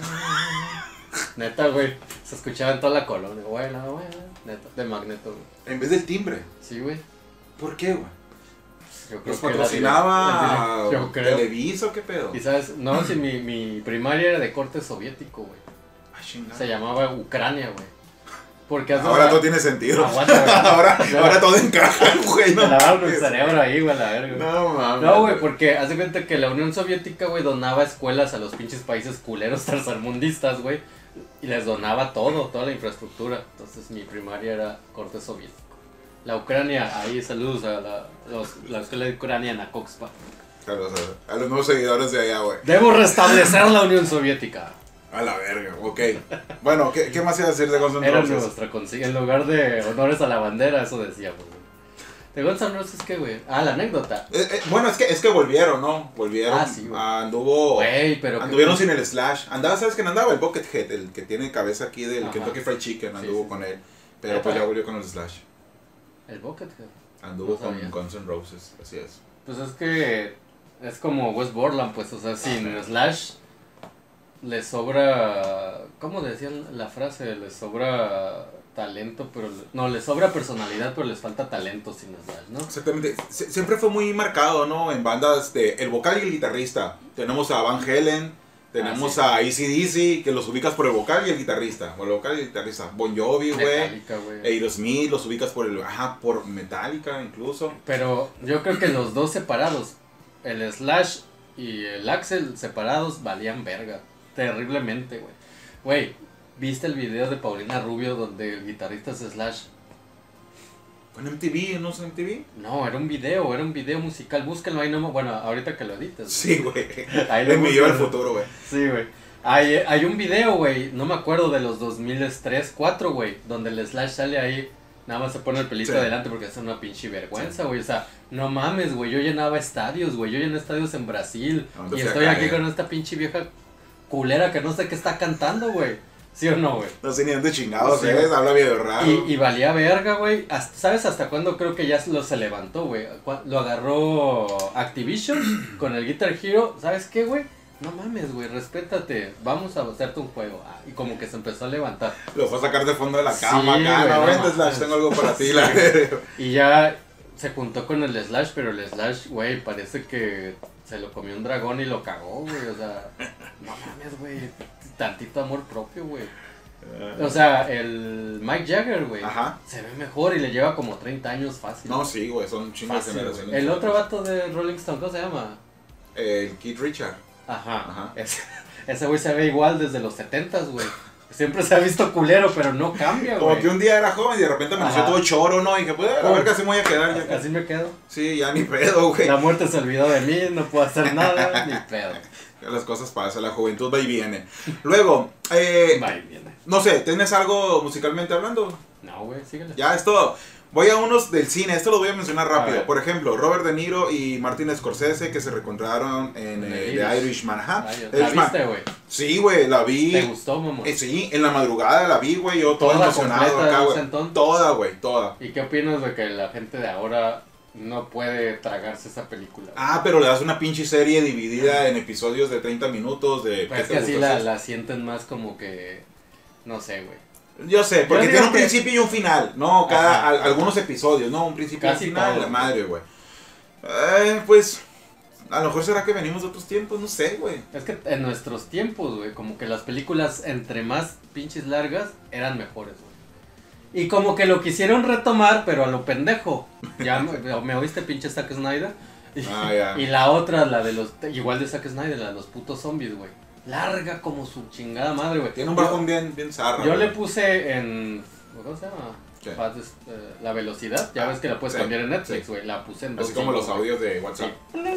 Speaker 1: Neta, güey, se escuchaba en toda la colonia, vuela, vuela. Neta, de Magneto, güey.
Speaker 2: En vez del timbre.
Speaker 1: Sí, güey.
Speaker 2: ¿Por qué, güey?
Speaker 1: Yo creo
Speaker 2: que patrocinaba Televisa o qué pedo.
Speaker 1: Y sabes, no, si mi primaria era de corte soviético, güey. Se llamaba Ucrania, güey. Porque
Speaker 2: ahora todo tiene sentido. ahora todo encaja, güey.
Speaker 1: Me lavaron el cerebro ahí, güey, la verga.
Speaker 2: No, mames.
Speaker 1: No, güey, porque hace cuenta que la Unión Soviética, güey, donaba escuelas a los pinches países culeros tercermundistas, güey. Y les donaba toda la infraestructura. Entonces mi primaria era corte soviético. La Ucrania, ahí saludos a la escuela de Ucrania en Akokspa.
Speaker 2: A los nuevos seguidores de allá, güey.
Speaker 1: Debo restablecer la Unión Soviética.
Speaker 2: A la verga, ok. Bueno, ¿qué más iba a decir de Guns N' Roses?
Speaker 1: Era nuestra consigna. En lugar de honores a la bandera, eso decíamos, güey. ¿De Guns N' Roses qué, güey? La anécdota.
Speaker 2: Bueno, es que volvieron, ¿no? Volvieron.
Speaker 1: Sí, güey.
Speaker 2: Anduvieron sin el Slash. ¿Sabes quién andaba? El Buckethead, el que tiene cabeza aquí del Kentucky Fried Chicken. Anduvo con él. Pero pues ya volvió con el Slash.
Speaker 1: ¿El Buckethead?
Speaker 2: Anduvo con Guns N' Roses, así es.
Speaker 1: Pues es que es como West Borland, pues, o sea, sin Slash le sobra, ¿cómo decían la frase? Le sobra talento, pero no, le sobra personalidad, pero les falta talento sin Slash, ¿no?
Speaker 2: Exactamente, siempre fue muy marcado, ¿no? En bandas el vocal y el guitarrista. Tenemos a Van Halen, tenemos a AC/DC, que los ubicas por el vocal y el guitarrista. O el vocal y el guitarrista. Bon Jovi, güey. Aerosmith, los ubicas por por Metallica incluso.
Speaker 1: Pero yo creo que los dos separados, el Slash y el Axl separados, valían verga. Terriblemente, güey. Güey, ¿viste el video de Paulina Rubio donde el guitarrista es Slash?
Speaker 2: ¿Con MTV? ¿No es MTV?
Speaker 1: No, era un video musical. Búsquenlo ahí, no, bueno, ahorita que lo edites.
Speaker 2: Sí, güey.
Speaker 1: Ahí lo
Speaker 2: me lleva al futuro, güey.
Speaker 1: Sí, güey. Hay un video, güey, no me acuerdo de los 2003, 4, güey, donde el Slash sale ahí, nada más se pone el pelito adelante porque es una pinche vergüenza, güey. O sea, no mames, güey, yo llenaba estadios, güey, yo llené estadios en Brasil y estoy aquí con esta pinche vieja culera que no sé qué está cantando, güey. ¿Sí o no, güey?
Speaker 2: No sé ni dónde chingados, habla bien raro.
Speaker 1: Y valía verga, güey. ¿Sabes hasta cuándo creo que ya se levantó, güey? Lo agarró Activision con el Guitar Hero. ¿Sabes qué, güey? No mames, güey, respétate. Vamos a hacerte un juego. Y como que se empezó a levantar.
Speaker 2: Lo fue a sacar de fondo de la cama, acá. No, vente, Slash, tengo algo para ti. La
Speaker 1: y ya se juntó con el Slash, pero el Slash, güey, parece que se lo comió un dragón y lo cagó, güey. O sea, no mames, güey. Tantito amor propio, güey. O sea, el Mick Jagger, güey, se ve mejor y le lleva como 30 años fácil.
Speaker 2: No, sí, güey, son chingos de generaciones.
Speaker 1: El otro vato de Rolling Stone, ¿cómo se llama?
Speaker 2: El Keith Richard.
Speaker 1: Ajá. Ese güey se ve igual desde los 70s, güey. Siempre se ha visto culero, pero no cambia, güey.
Speaker 2: Como que un día era joven y de repente amaneció todo choro, ¿no? Y dije, pues, a ver qué así me voy a quedar. Ya
Speaker 1: así me quedo.
Speaker 2: Sí, ya ni pedo, güey.
Speaker 1: La muerte se olvidó de mí, no puedo hacer nada, ni pedo.
Speaker 2: Las cosas pasan, la juventud va y viene. Luego,
Speaker 1: va y viene.
Speaker 2: No sé, ¿tienes algo musicalmente hablando?
Speaker 1: No, güey, síguele.
Speaker 2: Ya es todo. Voy a unos del cine, esto lo voy a mencionar rápido. Por ejemplo, Robert De Niro y Martin Scorsese que se reencontraron en The Irishman. Ajá.
Speaker 1: ¿La viste, güey?
Speaker 2: Sí, güey, la vi.
Speaker 1: ¿Te gustó, mamá?
Speaker 2: Sí, en la madrugada la vi, güey, yo todo emocionado acá, güey. Toda, güey, toda.
Speaker 1: ¿Y qué opinas de que la gente de ahora no puede tragarse esa película?
Speaker 2: Ah, pero le das una pinche serie dividida en episodios de 30 minutos de...
Speaker 1: Pues es que así la sienten más como que... No sé, güey.
Speaker 2: Yo sé, porque tiene un principio y un final, ¿no? Algunos episodios, ¿no? Un principio y un final, todo, la madre, güey. Pues, a lo mejor será que venimos de otros tiempos, no sé, güey.
Speaker 1: Es que en nuestros tiempos, güey, como que las películas entre más pinches largas eran mejores, güey. Y como que lo quisieron retomar, pero a lo pendejo. Ya me oíste, pinche Zack Snyder. Y la otra, la de los... Igual de Zack Snyder, la de los putos zombies, güey. Larga como su chingada madre, güey.
Speaker 2: Tiene un bajón bien zarra.
Speaker 1: Yo le puse en... ¿Cómo se llama? La velocidad. Ya ves que la puedes cambiar en Netflix, güey. La puse en 2.
Speaker 2: Así como los audios de WhatsApp.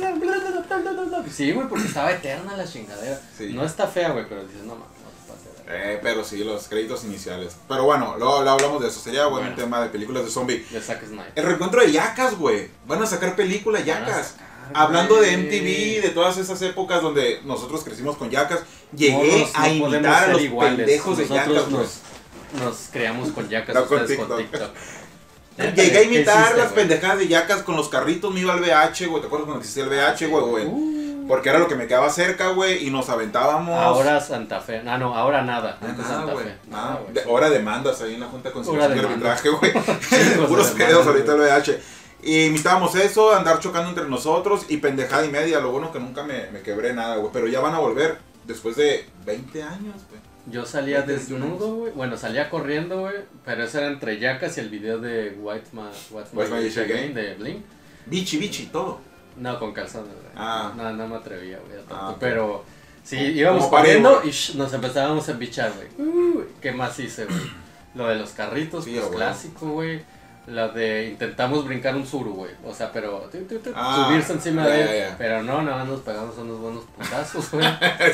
Speaker 1: Sí, güey, porque estaba eterna la chingadera. Sí. No está fea, güey, pero dices, no mames, no te pases.
Speaker 2: Pero sí, los créditos iniciales. Pero bueno, luego hablamos de eso. Sería bueno un tema de películas de zombie.
Speaker 1: De Zack Snyder.
Speaker 2: El reencuentro de Jackass, güey. Van a sacar película Jackass. Hablando de MTV, de todas esas épocas donde nosotros crecimos con Jackass, llegué a invitar a los pendejos de Jackass.
Speaker 1: Nos creamos con Jackass, ustedes con TikTok.
Speaker 2: Llegué a imitar las pendejadas de Jackass con los carritos, me iba al VH, güey. ¿Te acuerdas cuando existía el VH, güey? Porque era lo que me quedaba cerca, güey, y nos aventábamos.
Speaker 1: Ahora Santa Fe. No, ahora nada.
Speaker 2: Nada, güey. Ahora demandas ahí en la Junta de Conciliación de Arbitraje, güey. Puros pedos ahorita el VH. Y imitábamos eso, andar chocando entre nosotros y pendejada y media. Lo bueno que nunca me quebré nada, güey. Pero ya van a volver después de 20 años, güey.
Speaker 1: Yo salía desnudo, güey. Bueno, salía corriendo, güey. Pero eso era entre Jackass y el video de White Magic Again de Blink.
Speaker 2: Bichi, todo.
Speaker 1: No, con calzones, güey. No me atrevía, güey.
Speaker 2: Okay.
Speaker 1: Pero sí, íbamos corriendo y nos empezábamos a embichar, güey. ¿Qué más hice, güey? Lo de los carritos, pues clásico, güey. La de intentamos brincar un suru, güey. O sea, pero subirse encima de él. Pero no, nada más nos pegamos unos buenos putazos, güey.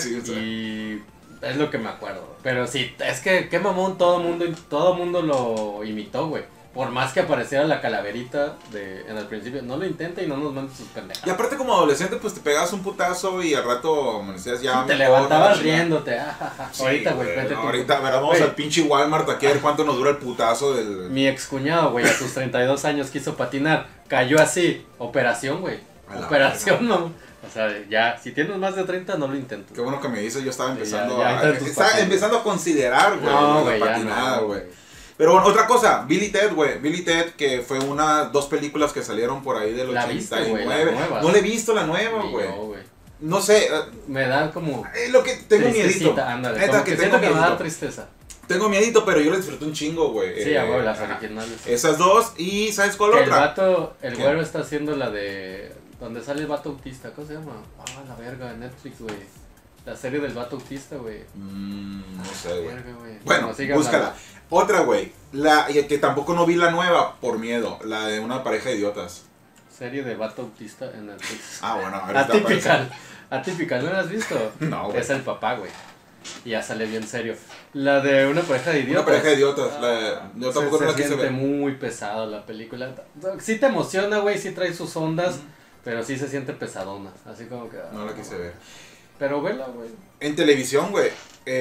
Speaker 1: Y es lo que me acuerdo. Pero sí, es que qué mamón, todo mundo lo imitó, güey. Por más que apareciera la calaverita en el principio, no lo intenta y no nos mandes sus pendejadas.
Speaker 2: Y aparte como adolescente, pues te pegabas un putazo y al rato amanecías ya...
Speaker 1: Te levantabas riéndote.
Speaker 2: Sí, ahorita, güey, ahorita, vamos al pinche Walmart aquí a ver cuánto nos dura el putazo del...
Speaker 1: Mi excuñado, güey, a sus 32 años quiso patinar, cayó así, operación, güey. Operación, no. O sea, ya, si tienes más de 30, no lo intento.
Speaker 2: Qué bueno que me dices, yo estaba empezando empezando a considerar, güey, la patinada, güey. Pero bueno, otra cosa, Billy Ted, güey. Billy Ted, que fue dos películas que salieron por ahí del 89. No le he visto la nueva, güey. No sé.
Speaker 1: Me da como...
Speaker 2: lo que tengo miedito.
Speaker 1: Ándale, como que siento que me da tristeza.
Speaker 2: Tengo miedito, pero yo lo disfruté un chingo, güey.
Speaker 1: Sí, güey, las originales.
Speaker 2: Esas dos, y ¿sabes cuál otra?
Speaker 1: El güero está haciendo la de... Donde sale el vato autista, ¿cómo se llama? La verga, Netflix, güey. La serie del vato autista, güey.
Speaker 2: No sé, güey.
Speaker 1: Güey.
Speaker 2: Bueno, búscala. Otra, güey. Que tampoco no vi la nueva por miedo. La de una pareja de idiotas.
Speaker 1: Serie de vato autista en Netflix.
Speaker 2: Ah, bueno, ahorita
Speaker 1: Atípica, ¿no la has visto?
Speaker 2: No, güey.
Speaker 1: Es el papá, güey. Y ya sale bien serio. La de una pareja de idiotas.
Speaker 2: Una pareja de idiotas. Yo tampoco no la quise ver.
Speaker 1: Se siente muy pesado la película. Sí te emociona, güey, sí trae sus ondas, pero sí se siente pesadona. Así como que...
Speaker 2: No la quise ver.
Speaker 1: Pero vela, güey.
Speaker 2: En televisión, güey.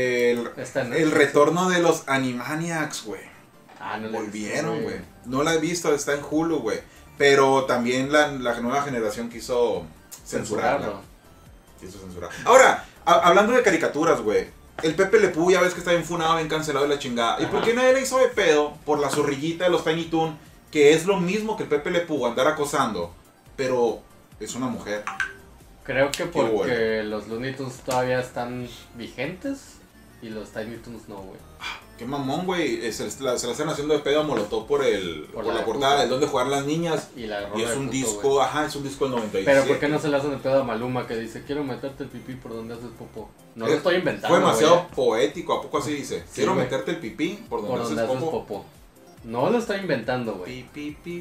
Speaker 2: El retorno de los Animaniacs, güey.
Speaker 1: No
Speaker 2: volvieron, güey. No la he visto, está en Hulu, güey. Pero también la nueva generación quiso censurarla. Quiso censurar. Ahora, hablando de caricaturas, güey. El Pepe Le Pew ya ves que está bien funado, bien cancelado de la chingada. ¿Y por qué nadie le hizo de pedo por la zorrillita de los Tiny Toon? Que es lo mismo que el Pepe Le Pew, andar acosando. Pero es una mujer.
Speaker 1: Creo que porque los Looney Tunes todavía están vigentes y los Tiny Toons no, güey.
Speaker 2: Qué mamón, güey. Se la están haciendo de pedo a Molotov por la portada del donde jugar las niñas.
Speaker 1: Y es
Speaker 2: un disco, güey. Ajá, es un disco del 97.
Speaker 1: Pero ¿por qué no se le hacen de pedo a Maluma que dice, quiero meterte el pipí por donde haces popó? No lo estoy inventando.
Speaker 2: Fue demasiado poético, ¿a poco así dice? Quiero meterte el pipí por donde haces popó.
Speaker 1: No lo estoy inventando, güey.
Speaker 2: Pi.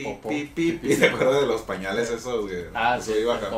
Speaker 2: ¿Te acuerdas de los pañales esos, güey?
Speaker 1: Sí,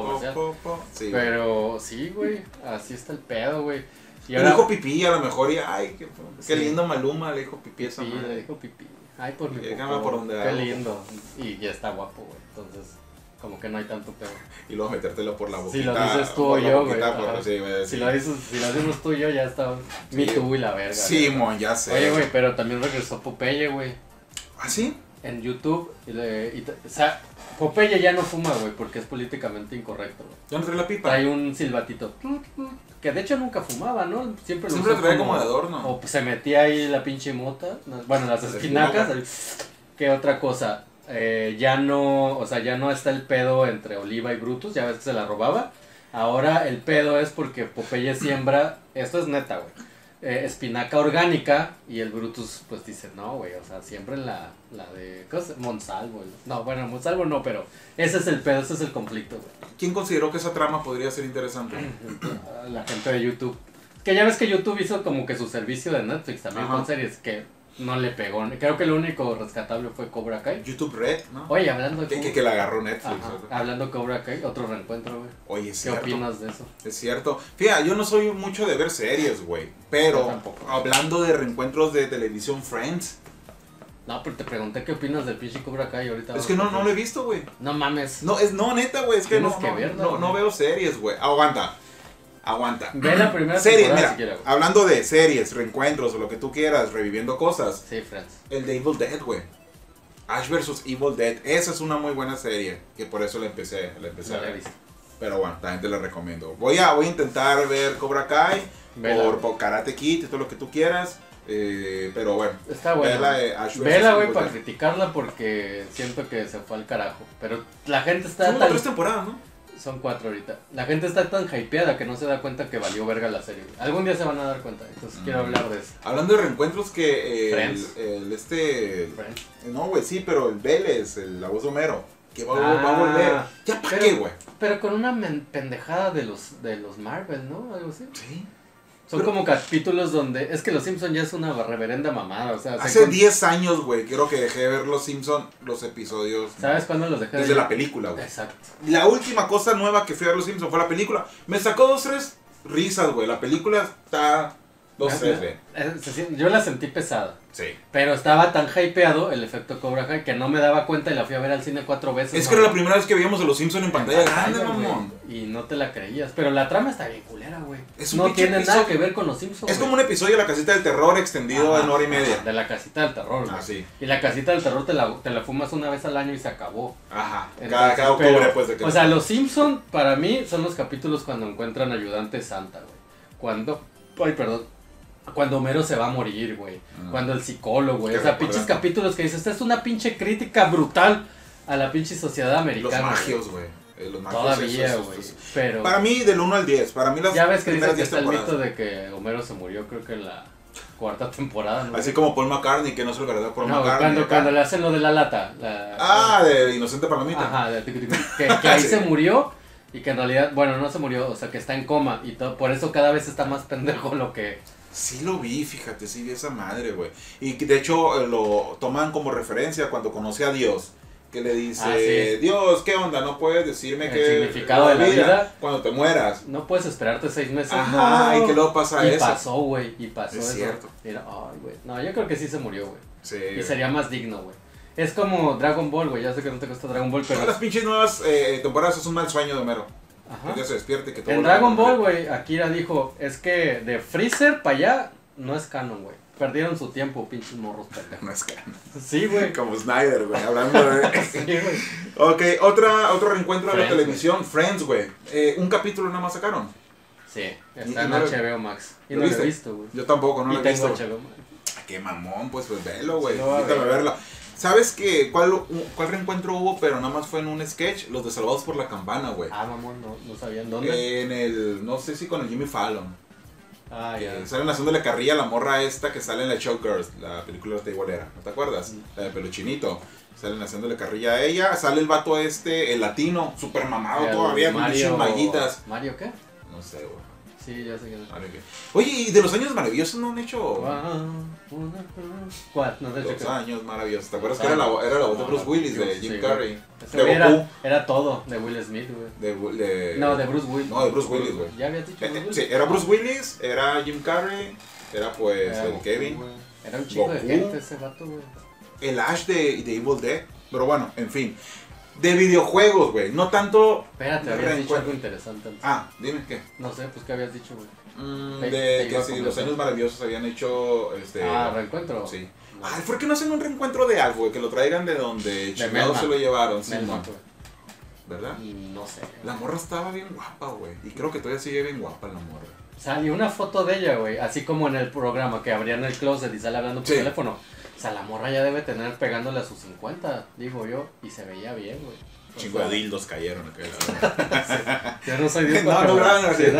Speaker 2: sí.
Speaker 1: Pero sí, güey, así está el pedo, güey.
Speaker 2: Y ahora, le dijo pipí a lo mejor y ay, qué lindo Maluma, le dijo pipí esa madre.
Speaker 1: Sí, le dijo pipí. Ay, por mi
Speaker 2: popó, por donde
Speaker 1: qué lindo. Y ya está guapo, güey. Entonces, como que no hay tanto pedo.
Speaker 2: Y luego metértelo por la boquita.
Speaker 1: Si lo dices tú o yo, güey.
Speaker 2: Si
Speaker 1: lo decimos tú y yo, ya está. Me Too y la verga.
Speaker 2: Sí, mon, ya sé.
Speaker 1: Oye, güey, pero también regresó Popeye, güey.
Speaker 2: ¿Ah, sí?
Speaker 1: En YouTube. O sea, Popeye ya no fuma, güey, porque es políticamente incorrecto, güey.
Speaker 2: ¿Ya no trae la pipa?
Speaker 1: Hay un silbatito. Que de hecho nunca fumaba, ¿no? Siempre
Speaker 2: lo traía como de adorno.
Speaker 1: O se metía ahí la pinche mota. Bueno, las espinacas. ¿Qué otra cosa? Ya no está el pedo entre Oliva y Brutus. Ya ves que se la robaba. Ahora el pedo es porque Popeye siembra. Esto es neta, güey. Espinaca orgánica. Y el Brutus pues dice, no, güey. O sea, siembren la de Monsalvo, güey. No, bueno, Monsalvo no, pero ese es el pedo, ese es el conflicto, güey.
Speaker 2: ¿Quién consideró que esa trama podría ser interesante?
Speaker 1: La gente de YouTube. Que ya ves que YouTube hizo como que su servicio de Netflix también con series que no le pegó. Creo que lo único rescatable fue Cobra Kai.
Speaker 2: YouTube Red, ¿no?
Speaker 1: Oye, hablando de
Speaker 2: que la agarró Netflix.
Speaker 1: Hablando de Cobra Kai, otro reencuentro, güey.
Speaker 2: Oye, es
Speaker 1: ¿Qué opinas de eso?
Speaker 2: Es cierto. Fíjate, yo no soy mucho de ver series, güey. Pero hablando de reencuentros de televisión, Friends.
Speaker 1: No, pero te pregunté qué opinas del pinche Cobra Kai ahorita.
Speaker 2: Es que no lo he visto, güey.
Speaker 1: No mames.
Speaker 2: No, neta, güey. Es que no veo series, güey. Aguanta.
Speaker 1: Ve la primera
Speaker 2: serie, mira, hablando de series, reencuentros o lo que tú quieras, reviviendo cosas.
Speaker 1: Sí, Friends.
Speaker 2: El de Evil Dead, güey. Ash vs Evil Dead. Esa es una muy buena serie. Que por eso la empecé a ver. Pero bueno, también te la recomiendo. Voy a intentar ver Cobra Kai. Por Karate Kid y todo lo que tú quieras. Pero bueno.
Speaker 1: Está buena. Vela, güey, para criticarla porque siento que se fue al carajo. Pero la gente está...
Speaker 2: Son 3 temporadas, ¿no?
Speaker 1: Son 4 ahorita. La gente está tan hypeada que no se da cuenta que valió verga la serie. Algún día se van a dar cuenta. Entonces quiero hablar de eso.
Speaker 2: Hablando de reencuentros que...
Speaker 1: Friends.
Speaker 2: Friends. No, güey, sí, pero el Vélez, la voz de Homero. Que va a volver. ¿Ya para qué, güey?
Speaker 1: Pero con una pendejada de los Marvel, ¿no? Algo así.
Speaker 2: Sí.
Speaker 1: Son como capítulos donde... Es que Los Simpsons ya es una reverenda mamada, o sea...
Speaker 2: Hace 10 años, güey, creo que dejé de ver Los Simpsons, los episodios...
Speaker 1: ¿Sabes cuándo los dejé de ver?
Speaker 2: Desde la película, güey.
Speaker 1: Exacto.
Speaker 2: La última cosa nueva que fui a ver Los Simpsons fue la película. Me sacó 2-3 risas, güey. La película está... 2-3, güey.
Speaker 1: Yo la sentí pesada.
Speaker 2: Sí.
Speaker 1: Pero estaba tan hypeado el efecto Cobra Kai que no me daba cuenta y la fui a ver al cine 4 veces.
Speaker 2: Es que era la primera vez que veíamos a Los Simpsons en pantalla grande, mamón.
Speaker 1: Y no te la creías. Pero la trama está bien culera, güey. No tiene nada que ver con Los Simpsons.
Speaker 2: Es como un episodio de La Casita del Terror extendido en hora y media.
Speaker 1: De La Casita del Terror, güey.
Speaker 2: Sí.
Speaker 1: Y La Casita del Terror te la fumas una vez al año y se acabó.
Speaker 2: Ajá. Cada octubre, pues.
Speaker 1: O sea, Los Simpsons para mí son los capítulos cuando encuentran ayudante Santa, güey. Cuando Homero se va a morir, güey. Cuando el psicólogo, güey. O sea, pinches capítulos que dices, esta es una pinche crítica brutal a la pinche sociedad americana.
Speaker 2: Los magios, güey. Los magios.
Speaker 1: Todavía, güey. Pero...
Speaker 2: Para mí, del 1 al 10. Para mí las...
Speaker 1: Ya ves que dicen que está el mito de que Homero se murió, creo que en la 4ª temporada, ¿no?
Speaker 2: Así como Paul McCartney, que no es el verdadero Paul McCartney.
Speaker 1: Cuando le hacen lo de la lata.
Speaker 2: De Inocente Palomita.
Speaker 1: Ajá, que ahí se murió. Y que en realidad, bueno, no se murió, o sea, que está en coma. Y todo, por eso cada vez está más pendejo lo que...
Speaker 2: Sí lo vi, fíjate, sí vi esa madre, güey. Y que de hecho lo toman como referencia cuando conoce a Dios. Que le dice,
Speaker 1: sí.
Speaker 2: Dios, ¿qué onda? No puedes decirme
Speaker 1: el
Speaker 2: que...
Speaker 1: significado de la vida
Speaker 2: cuando te mueras.
Speaker 1: No puedes esperarte 6 meses.
Speaker 2: Ajá,
Speaker 1: no.
Speaker 2: y que luego pasa
Speaker 1: y
Speaker 2: eso.
Speaker 1: Pasó, güey, y pasó
Speaker 2: es
Speaker 1: eso.
Speaker 2: cierto.
Speaker 1: Mira, ay, güey. No, yo creo que sí se murió, güey.
Speaker 2: Sí.
Speaker 1: Y sería más digno, güey. Es como Dragon Ball, güey. Ya sé que no te gusta Dragon Ball, pero...
Speaker 2: Todas las pinches nuevas temporadas es un mal sueño de Homero.
Speaker 1: Ajá.
Speaker 2: Que ya se despierte y que todo...
Speaker 1: En Dragon Ball, güey, Akira dijo, es que de Freezer para allá no es canon, güey. Perdieron su tiempo, pinches morros pendejos.
Speaker 2: No es canon.
Speaker 1: Sí, güey.
Speaker 2: Como Snyder, güey, hablando de...
Speaker 1: Sí, güey.
Speaker 2: Ok, otro reencuentro de la
Speaker 1: Friends,
Speaker 2: televisión, Friends, güey. Un capítulo nada más sacaron.
Speaker 1: Sí, está
Speaker 2: Y
Speaker 1: en
Speaker 2: no lo-
Speaker 1: HBO Max. Y
Speaker 2: ¿lo
Speaker 1: no lo
Speaker 2: viste?
Speaker 1: he visto, güey.
Speaker 2: Yo tampoco, no
Speaker 1: Y
Speaker 2: lo he
Speaker 1: tengo
Speaker 2: visto.
Speaker 1: HBO Max.
Speaker 2: Ah, qué mamón, pues velo, güey.
Speaker 1: Sí, lo voy a
Speaker 2: Invítame a
Speaker 1: ver.
Speaker 2: verlo. ¿Sabes qué? ¿Cuál reencuentro hubo? Pero nada más fue en un sketch, los de Salvados por la Campana, güey.
Speaker 1: Ah, mamón, no sabía en dónde.
Speaker 2: En el, no sé si con el Jimmy Fallon.
Speaker 1: Ah, ya.
Speaker 2: Salen haciéndole carrilla a la morra esta que sale en la Showgirls, la película de igualera, ¿no te acuerdas? La de Peluchinito. Salen haciéndole carrilla a ella. Sale el vato este, el latino, super mamado
Speaker 1: El
Speaker 2: todavía, con muchas mallitas.
Speaker 1: ¿Mario qué?
Speaker 2: No sé, güey.
Speaker 1: Sí, ya sé que no.
Speaker 2: Oye, ¿y de los años maravillosos no han hecho?
Speaker 1: ¿Cuál? No sé
Speaker 2: Los
Speaker 1: qué.
Speaker 2: años maravillosos. ¿Te acuerdas que era la voz de Bruce Willis, de
Speaker 1: sí,
Speaker 2: Jim
Speaker 1: güey.
Speaker 2: Carrey?
Speaker 1: Ese
Speaker 2: De
Speaker 1: güey
Speaker 2: Goku.
Speaker 1: era todo de Will Smith, güey. No, de Bruce Willis.
Speaker 2: No, de Bruce Willis, güey.
Speaker 1: ¿Ya habías dicho Bruce Willis?
Speaker 2: Sí, era Bruce Willis, era Jim Carrey, era pues
Speaker 1: Era
Speaker 2: el
Speaker 1: Goku,
Speaker 2: Kevin,
Speaker 1: güey. Era un chico de
Speaker 2: Goku.
Speaker 1: gente ese vato, güey.
Speaker 2: el Ash de Evil Dead. Pero bueno, en fin. De videojuegos, güey. No tanto.
Speaker 1: Espérate, habías dicho algo interesante antes.
Speaker 2: Ah, dime qué.
Speaker 1: No sé, pues ¿qué habías dicho, güey?
Speaker 2: De
Speaker 1: te
Speaker 2: que
Speaker 1: iba a
Speaker 2: si los
Speaker 1: comentar.
Speaker 2: años maravillosos habían hecho
Speaker 1: reencuentro.
Speaker 2: Sí.
Speaker 1: No.
Speaker 2: Ah, ¿por qué no hacen un reencuentro de algo, güey? Que lo traigan de donde chingados
Speaker 1: Melmac.
Speaker 2: se lo llevaron, sí,
Speaker 1: Melmac,
Speaker 2: ¿no?
Speaker 1: güey.
Speaker 2: ¿Verdad?
Speaker 1: No sé.
Speaker 2: La morra estaba bien guapa, güey. Y creo que todavía sigue bien guapa la morra.
Speaker 1: Salió una foto de ella, güey. Así como en el programa que abrían el closet y sale hablando por
Speaker 2: Sí.
Speaker 1: teléfono. O sea, la morra ya debe tener pegándole a sus 50, digo yo. Y se veía bien, güey. O
Speaker 2: Chingo
Speaker 1: sea,
Speaker 2: de dildos cayeron acá.
Speaker 1: Yo no soy Dios.
Speaker 2: No, no, no,
Speaker 1: sí,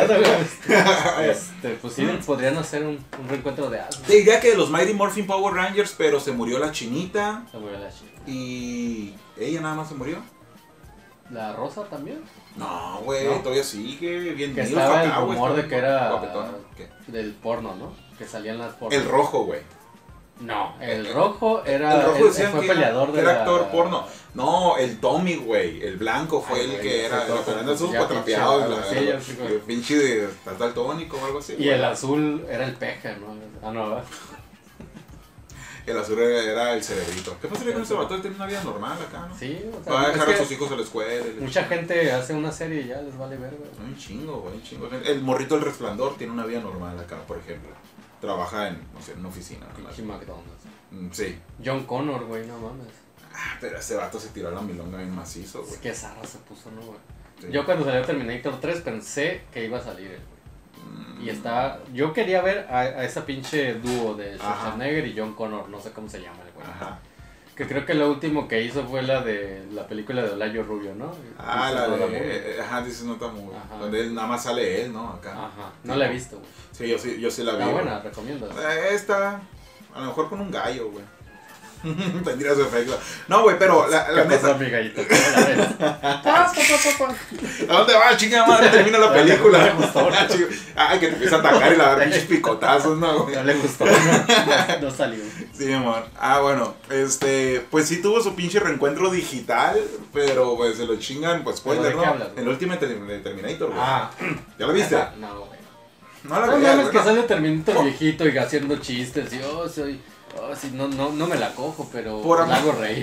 Speaker 1: pues sí, podrían hacer un reencuentro de algo.
Speaker 2: Te diría que de los Mighty Morphin Power Rangers, pero se murió la chinita.
Speaker 1: Se murió la chica.
Speaker 2: Y ella nada más se murió.
Speaker 1: ¿La Rosa también?
Speaker 2: No, güey,
Speaker 1: ¿No?
Speaker 2: todavía sigue bien.
Speaker 1: Que
Speaker 2: milf
Speaker 1: estaba el
Speaker 2: acá, güey,
Speaker 1: rumor
Speaker 2: está
Speaker 1: de que era
Speaker 2: guapetona. ¿Qué?
Speaker 1: del porno, ¿no? Que salían las porno.
Speaker 2: El rojo, güey.
Speaker 1: No, el rojo era.
Speaker 2: El rojo
Speaker 1: él
Speaker 2: decían
Speaker 1: fue
Speaker 2: que
Speaker 1: peleador de
Speaker 2: era
Speaker 1: la-
Speaker 2: actor porno. No, el Tommy, güey. El blanco fue
Speaker 1: Ay,
Speaker 2: el
Speaker 1: güey,
Speaker 2: que
Speaker 1: ya
Speaker 2: era.
Speaker 1: sé todo,
Speaker 2: Lo que venden esos
Speaker 1: ya
Speaker 2: cuatrapeados.
Speaker 1: pinche, sí, ya sé, güey.
Speaker 2: El pinche de daltónico o algo así.
Speaker 1: Y
Speaker 2: güey.
Speaker 1: el azul era el peje, ¿no? Ah, no, ¿verdad?
Speaker 2: El azul era el cerebrito. ¿Qué pasaría con ese vato? Él tiene una vida normal acá, ¿no?
Speaker 1: Sí, o sea,
Speaker 2: Va a
Speaker 1: es
Speaker 2: dejar a
Speaker 1: que
Speaker 2: sus hijos a la escuela. y le-
Speaker 1: mucha gente hace una serie y ya les vale ver, güey.
Speaker 2: Un chingo, güey, un chingo. El morrito del Resplandor tiene una vida normal acá, por ejemplo. Trabaja en, no sé, en una oficina. ¿no?
Speaker 1: Pinche McDonald's.
Speaker 2: Sí.
Speaker 1: John Connor, güey, no mames.
Speaker 2: Ah, pero ese vato se tiró a la milonga bien macizo,
Speaker 1: Es
Speaker 2: güey.
Speaker 1: que zarra se puso, ¿no, güey?
Speaker 2: Sí.
Speaker 1: Yo cuando salió Terminator 3 pensé que iba a salir él, güey.
Speaker 2: Mm.
Speaker 1: Y estaba... Yo quería ver a esa pinche dúo de
Speaker 2: Ajá.
Speaker 1: Schwarzenegger y John Connor, no sé cómo se llama el güey.
Speaker 2: Ajá.
Speaker 1: Que creo que lo último que hizo fue la de la película de Olayo Rubio, ¿no?
Speaker 2: Ah,
Speaker 1: Dice
Speaker 2: la
Speaker 1: Nota
Speaker 2: de.
Speaker 1: Movie.
Speaker 2: Ajá, dices Nota Movie.
Speaker 1: Ajá.
Speaker 2: Donde él nada más sale él, ¿no? Acá.
Speaker 1: Ajá, no la he visto, güey.
Speaker 2: Sí, yo sí la vi.
Speaker 1: Está
Speaker 2: güey.
Speaker 1: buena, recomiendo.
Speaker 2: Esta. A lo mejor con un gallo, güey. Tendría su efecto. No, güey, pero la
Speaker 1: ¿Qué pasó,
Speaker 2: neta.
Speaker 1: mi gallito? ¿Cómo la ves?
Speaker 2: ¿A dónde va, chingada madre? Termina la película.
Speaker 1: No le gustó.
Speaker 2: Ay, que te empieza a atacar y la dar pinches picotazos, ¿no, güey?
Speaker 1: No le gustó, no salió.
Speaker 2: Sí, amor. Ah, bueno, pues sí tuvo su pinche reencuentro digital, pero pues se lo chingan, pues
Speaker 1: ¿Pero
Speaker 2: spoiler,
Speaker 1: de
Speaker 2: ¿no?
Speaker 1: qué hablas, güey?
Speaker 2: El último de Terminator, güey.
Speaker 1: Ah,
Speaker 2: ¿Ya lo viste?
Speaker 1: no, güey.
Speaker 2: No la
Speaker 1: No
Speaker 2: veas,
Speaker 1: mames,
Speaker 2: güey,
Speaker 1: que
Speaker 2: no.
Speaker 1: sale Terminator viejito y haciendo chistes y sí, no me la cojo, pero
Speaker 2: Por
Speaker 1: la
Speaker 2: amor.
Speaker 1: hago reír.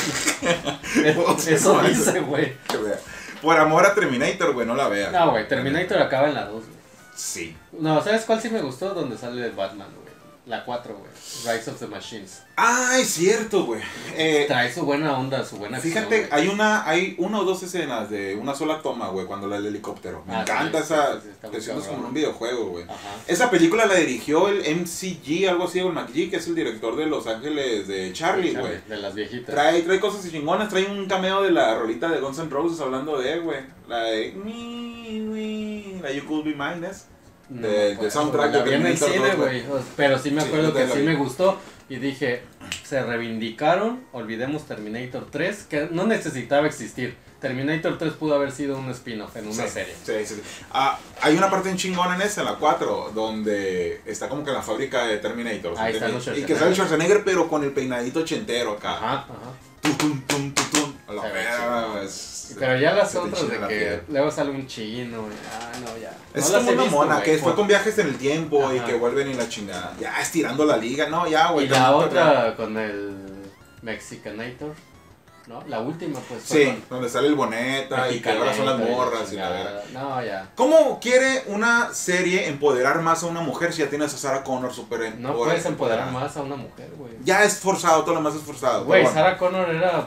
Speaker 1: Eso dice, güey.
Speaker 2: Que vea. Por amor a Terminator, güey, no la veas.
Speaker 1: No, güey, Terminator acaba en la 2, güey.
Speaker 2: Sí.
Speaker 1: No, ¿sabes cuál sí me gustó? Donde sale el Batman, güey. La 4, güey. Rise of the Machines.
Speaker 2: Ah, es cierto, güey.
Speaker 1: Trae su buena onda, su buena acción,
Speaker 2: Fíjate,
Speaker 1: güey.
Speaker 2: hay una o dos escenas de una sola toma, güey, cuando la del helicóptero. Me
Speaker 1: Ah,
Speaker 2: encanta
Speaker 1: sí,
Speaker 2: esa.
Speaker 1: sí, está muy
Speaker 2: Te sientes
Speaker 1: cabrón.
Speaker 2: como en un videojuego, güey.
Speaker 1: Ajá.
Speaker 2: Esa película la dirigió el MCG, algo así, o el McG, que es el director de Los Ángeles de Charlie, güey.
Speaker 1: De las viejitas.
Speaker 2: Trae cosas chingonas, trae un cameo de la rolita de Guns N' Roses hablando de él, güey. La de la You Could Be Mine, ¿es?
Speaker 1: No
Speaker 2: de-
Speaker 1: me
Speaker 2: de
Speaker 1: acuerdo,
Speaker 2: soundtrack
Speaker 1: güey. La
Speaker 2: de
Speaker 1: vi en el
Speaker 2: Terminator
Speaker 1: cine,
Speaker 2: 2,
Speaker 1: güey. Pero sí me
Speaker 2: Sí,
Speaker 1: acuerdo
Speaker 2: yo
Speaker 1: que
Speaker 2: te la
Speaker 1: sí
Speaker 2: vi.
Speaker 1: me gustó. Y dije, se reivindicaron, olvidemos Terminator 3, que no necesitaba existir. Terminator 3 pudo haber sido un spin-off en una serie.
Speaker 2: Sí. Hay una parte en chingón en esa, en la 4, donde está como que en la fábrica de Terminator.
Speaker 1: Ahí está los
Speaker 2: y que sale Schwarzenegger, pero con el peinadito ochentero acá.
Speaker 1: Ajá.
Speaker 2: Tum. A la verga,
Speaker 1: pero ya las otras de que luego sale un chino, no, ya.
Speaker 2: Es
Speaker 1: no
Speaker 2: como una
Speaker 1: visto,
Speaker 2: mona,
Speaker 1: güey,
Speaker 2: que fue con viajes en el tiempo y que vuelven y la chingada. Ya estirando la liga, no, ya, güey.
Speaker 1: Y la otra con el Mexicanator, ¿no? La última, pues.
Speaker 2: Sí, donde sale el Boneta y que ahora son las morras y la verdad.
Speaker 1: No, ya.
Speaker 2: ¿Cómo quiere una serie empoderar más a una mujer si ya tienes a Sarah Connor super
Speaker 1: No puedes empoderar más a una mujer, güey.
Speaker 2: Ya es forzado, todo lo más es forzado.
Speaker 1: Güey, Sarah Connor era...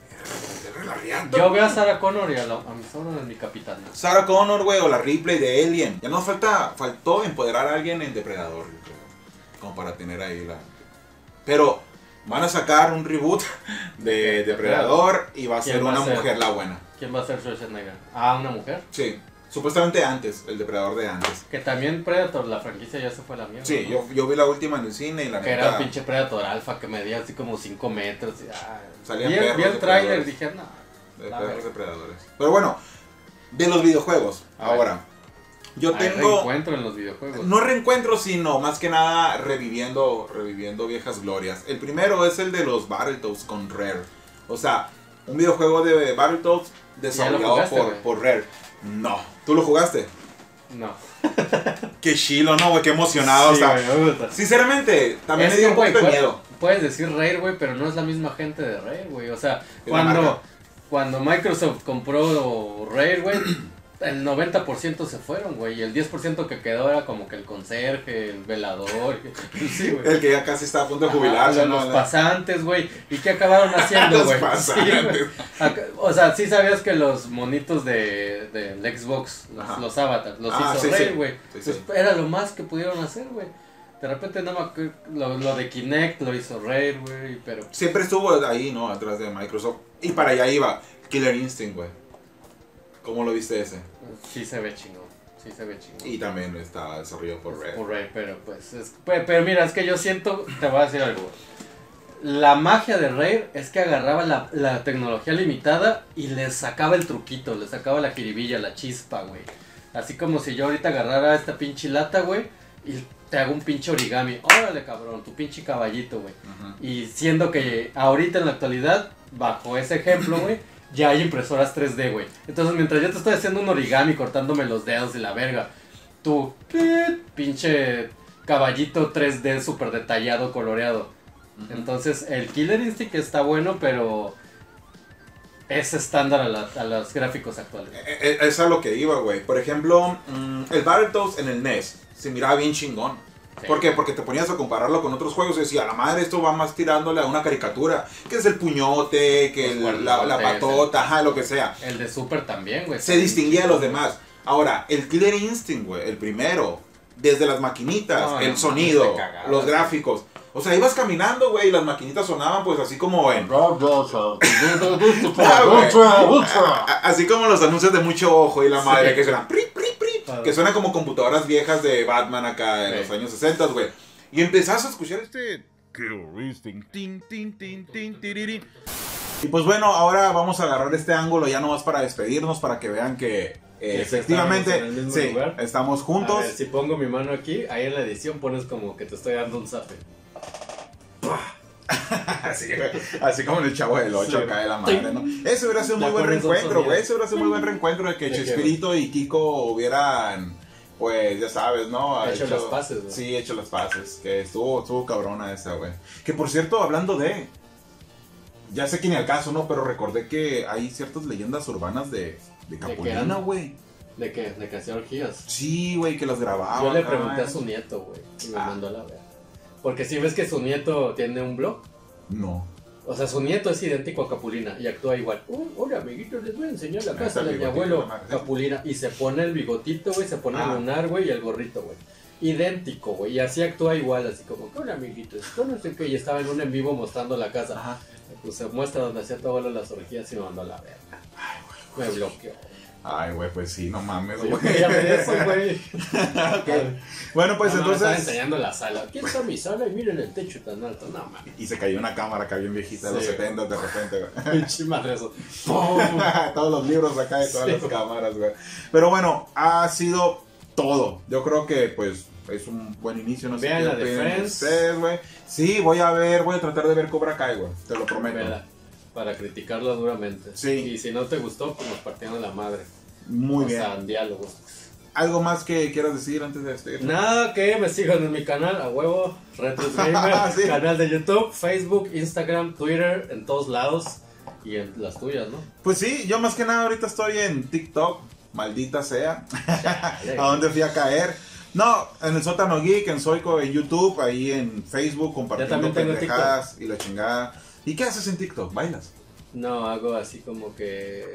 Speaker 1: Yo veo a Sarah Connor y a mi Connor en mi capitana.
Speaker 2: Sarah Connor, güey, o la Ripley de Alien. Ya nos faltó empoderar a alguien en Depredador, yo creo. Como para tener ahí la... Pero van a sacar un reboot de Depredador y va a ser una mujer la buena.
Speaker 1: ¿Quién va a ser Schwarzenegger? Ah, ¿una mujer?
Speaker 2: Sí. Supuestamente antes, el Depredador de antes.
Speaker 1: Que también Predator, la franquicia ya se fue a la mierda.
Speaker 2: Sí, ¿no? yo vi la última en el cine y la
Speaker 1: neta... Que era el pinche Predator alfa que medía así como 5 metros.
Speaker 2: Salían
Speaker 1: vi el tráiler y dije, no.
Speaker 2: De perros depredadores. Pero bueno, de los videojuegos, ahora. Yo tengo...
Speaker 1: reencuentro en los videojuegos.
Speaker 2: No reencuentro, sino más que nada reviviendo viejas glorias. El primero es el de los Battletoads con Rare. O sea, un videojuego de Battletoads desarrollado por Rare. No. ¿Tú lo jugaste?
Speaker 1: No.
Speaker 2: Qué chilo, ¿no, güey? Qué emocionado.
Speaker 1: Sí,
Speaker 2: o sea,
Speaker 1: me gusta.
Speaker 2: Sinceramente, también me dio un poquito de miedo.
Speaker 1: Puedes decir Rare, güey, pero no es la misma gente de Rare, güey. O sea, cuando Microsoft compró Rare, güey, el 90% se fueron, güey. Y el 10% que quedó era como que el conserje, el velador. Sí, güey.
Speaker 2: El que ya casi está a punto de jubilarse,
Speaker 1: ¿no? Los pasantes, güey. ¿Y qué acabaron haciendo, güey?
Speaker 2: Los pasantes.
Speaker 1: Sí, o sea, sí sabías que los monitos del Xbox, los avatars, los hizo Rare, güey. Pues era lo más que pudieron hacer, güey. De repente lo de Kinect lo hizo Rare, güey, pero...
Speaker 2: Siempre estuvo ahí, ¿no? Atrás de Microsoft. Y para allá iba. Killer Instinct, güey. ¿Cómo lo viste ese?
Speaker 1: Sí se ve chingón.
Speaker 2: Y también está desarrollado por Rare.
Speaker 1: Por Rare, pero pues... Pero mira, es que yo siento... Te voy a decir algo. La magia de Rare es que agarraba la tecnología limitada y le sacaba el truquito, le sacaba la jiribilla, la chispa, güey. Así como si yo ahorita agarrara esta pinche lata, güey, y te hago un pinche origami. Órale, cabrón, tu pinche caballito, güey. Y siendo que ahorita en la actualidad, bajo ese ejemplo, güey, ya hay impresoras 3D, güey. Entonces, mientras yo te estoy haciendo un origami cortándome los dedos y la verga, tú, pinche caballito 3D súper detallado, coloreado. Entonces, el Killer Instinct está bueno, pero es estándar a los gráficos actuales.
Speaker 2: Es a lo que iba, güey. Por ejemplo, el Battletoads en el NES se miraba bien chingón. Sí. ¿Por qué? Porque te ponías a compararlo con otros juegos y decía, la madre, esto va más tirándole a una caricatura. Que es el puñote, que la patota, lo que sea.
Speaker 1: El de Super también, güey.
Speaker 2: Se distinguía de los demás. Ahora, el Killer Instinct, güey, el primero, desde las maquinitas, el sonido, los gráficos. O sea, ibas caminando, güey, y las maquinitas sonaban pues así como en... así como los anuncios de Mucho Ojo y la madre, que suenan... que suenan como computadoras viejas de Batman acá en los años 60, güey. Y empezás a escuchar este... Y pues bueno, ahora vamos a agarrar este ángulo ya nomás para despedirnos, para que vean que... efectivamente, sí, estamos juntos.
Speaker 1: A ver, si pongo mi mano aquí, ahí en la edición pones como que te estoy dando un zape.
Speaker 2: así como en el Chavo del 8 acá de la madre, ¿no? Ese hubiera sido un muy buen reencuentro, güey. Ese hubiera sido un muy buen reencuentro de que Chespirito y Kiko hubieran, pues ya sabes, ¿no?
Speaker 1: Hecho las paces, güey.
Speaker 2: Sí, hecho las paces. Que estuvo cabrona esa, güey. Que por cierto, hablando de... Ya sé que ni al caso, ¿no? Pero recordé que hay ciertas leyendas urbanas de Capulina, güey.
Speaker 1: ¿De qué? ¿De que hacía orgías?
Speaker 2: Sí, güey, que las grababa.
Speaker 1: Yo le pregunté a su nieto, güey, y me mandó a la verga. Porque si ves que su nieto tiene un blog.
Speaker 2: No.
Speaker 1: O sea, su nieto es idéntico a Capulina y actúa igual. Hola, amiguitos, les voy a enseñar la casa de mi abuelo Capulina. Y se pone el bigotito, güey, se pone el lunar, güey, y el gorrito, güey. Idéntico, güey. Y así actúa igual, así como, hola, amiguitos, no sé qué. Y estaba en un en vivo mostrando la casa. Ajá. Pues se muestra donde hacía tu abuelo las orgías y me mandó a la verga. Ay, güey, me bloqueó.
Speaker 2: Ay, güey, pues sí, no mames,
Speaker 1: Yo
Speaker 2: güey.
Speaker 1: quería ver eso, güey.
Speaker 2: Okay. Bueno, pues
Speaker 1: no,
Speaker 2: entonces.
Speaker 1: Estaba enseñando la sala. Aquí está mi sala y miren el techo tan alto. No mames.
Speaker 2: Y se cayó una cámara acá bien viejita de los 70 de repente, güey.
Speaker 1: Pinche madre eso. ¡Pum!
Speaker 2: Todos los libros acá de todas las cámaras, güey. Pero bueno, ha sido todo. Yo creo que, pues, es un buen inicio. No sé
Speaker 1: Vean
Speaker 2: qué
Speaker 1: la de
Speaker 2: opinan
Speaker 1: Friends.
Speaker 2: ustedes, güey. Sí, voy a tratar de ver Cobra Kai, güey. Te lo prometo.
Speaker 1: Vela, para criticarla duramente.
Speaker 2: Sí.
Speaker 1: Y si no te gustó, pues nos partimos la madre.
Speaker 2: Muy bien.
Speaker 1: O sea, en diálogos.
Speaker 2: ¿Algo más que quieras decir antes de despedirnos?
Speaker 1: Nada, que me sigan en mi canal, a huevo, Retros Gamer,
Speaker 2: Sí.
Speaker 1: canal de YouTube, Facebook, Instagram, Twitter, en todos lados y en las tuyas, ¿no?
Speaker 2: Pues sí, yo más que nada ahorita estoy en TikTok, maldita sea.
Speaker 1: Chale.
Speaker 2: ¿A dónde fui a caer? No, en el Sótano Geek, en Zoico, en YouTube, ahí en Facebook, compartiendo
Speaker 1: también tengo
Speaker 2: pendejadas y la chingada. ¿Y qué haces en TikTok? ¿Bailas?
Speaker 1: No, hago así como que...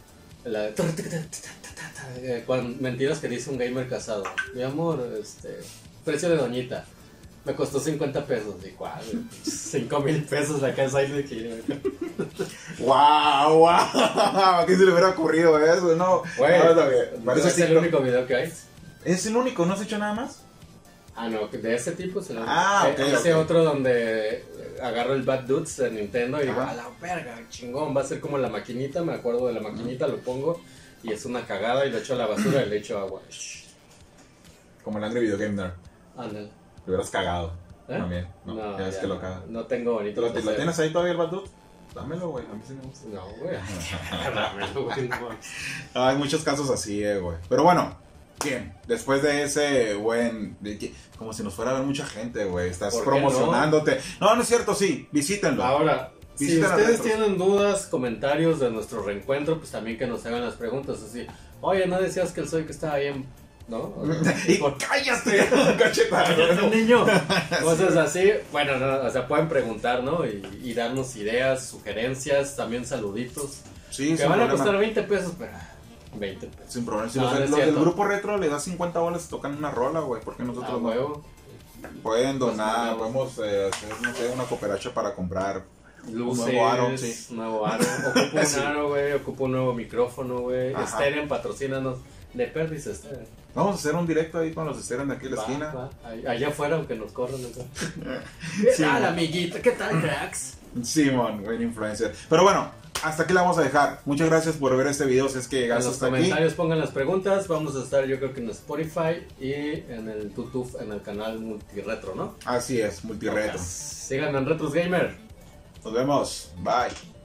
Speaker 1: mentiras que dice un gamer casado. Mi amor, precio de doñita. Me costó 50 pesos. ¿Y cuál? 5,000 pesos acá en Silent Hill.
Speaker 2: ¡Wow! ¡Wow! ¿A quién se le hubiera ocurrido eso? No,
Speaker 1: Güey,
Speaker 2: no, está bien.
Speaker 1: ¿no
Speaker 2: Parece
Speaker 1: es el
Speaker 2: TikTok.
Speaker 1: único video que hay?
Speaker 2: ¿Es el único? ¿No has hecho nada más?
Speaker 1: Ah, no, de ese tipo se lo...
Speaker 2: Ok,
Speaker 1: Hice
Speaker 2: ok.
Speaker 1: otro donde agarro el Bad Dudes de Nintendo y digo,
Speaker 2: Ajá.
Speaker 1: a la verga, chingón, va a ser como la maquinita, me acuerdo de la maquinita, lo pongo y es una cagada y lo echo a la basura y le echo agua.
Speaker 2: Como el Angry Video Game Nerd.
Speaker 1: Ándale.
Speaker 2: Te hubieras cagado.
Speaker 1: ¿Eh?
Speaker 2: También. No, ya es que lo caga.
Speaker 1: No tengo bonito.
Speaker 2: ¿Lo tienes ahí todavía el Bad Dude? Dámelo, güey. A mí sí me gusta.
Speaker 1: No, güey. Dámelo, güey. No.
Speaker 2: Hay muchos casos así, güey. Pero bueno, bien. Después de ese buen... como si nos fuera a ver mucha gente, güey. Estás
Speaker 1: ¿Por qué
Speaker 2: promocionándote. No, es cierto, sí. Visítenlo.
Speaker 1: Ahora, si
Speaker 2: Visiten a
Speaker 1: ustedes
Speaker 2: Retros.
Speaker 1: tienen dudas, comentarios de nuestro reencuentro, pues también que nos hagan las preguntas así. Oye, ¿no decías que el Soy que estaba ahí en... ¿No?
Speaker 2: Y cállate, cachetado.
Speaker 1: Un niño. Cosas así. Bueno, no, o sea, pueden preguntar, ¿no? Y darnos ideas, sugerencias, también saluditos.
Speaker 2: Sí,
Speaker 1: Que
Speaker 2: sin
Speaker 1: van a
Speaker 2: problema.
Speaker 1: costar 20 pesos, pero 20 pesos.
Speaker 2: Sin problema. Si
Speaker 1: No,
Speaker 2: los,
Speaker 1: no es
Speaker 2: los del
Speaker 1: cierto.
Speaker 2: grupo retro le das 50 bolas tocan una rola, güey. ¿Por qué nosotros
Speaker 1: Ah,
Speaker 2: no?
Speaker 1: huevo.
Speaker 2: Pueden donar,
Speaker 1: Pues,
Speaker 2: podemos hacer, no sé, una cooperacha para comprar
Speaker 1: Luces,
Speaker 2: un nuevo aro, sí.
Speaker 1: nuevo aro. Ocupo
Speaker 2: Sí.
Speaker 1: un aro, güey. Ocupo un nuevo micrófono, güey.
Speaker 2: Ajá.
Speaker 1: Steren, patrocínanos. De Perdis Steren.
Speaker 2: Vamos a hacer un directo ahí con los Steren de aquí en la
Speaker 1: Va,
Speaker 2: esquina.
Speaker 1: va. Allá afuera, aunque nos corran. ¿No? ¿Qué
Speaker 2: Sí,
Speaker 1: tal,
Speaker 2: man.
Speaker 1: amiguita? ¿Qué tal, cracks?
Speaker 2: Simón, buen influencer. Pero bueno, hasta aquí la vamos a dejar. Muchas gracias por ver este video. Si es que
Speaker 1: En
Speaker 2: llegaste
Speaker 1: los
Speaker 2: hasta aquí.
Speaker 1: comentarios pongan las preguntas. Vamos a estar, yo creo que en Spotify y en el YouTube, en el canal Multiretro, ¿no?
Speaker 2: Así es, multireto.
Speaker 1: Síganme en Retros Gamer.
Speaker 2: Nos vemos. Bye.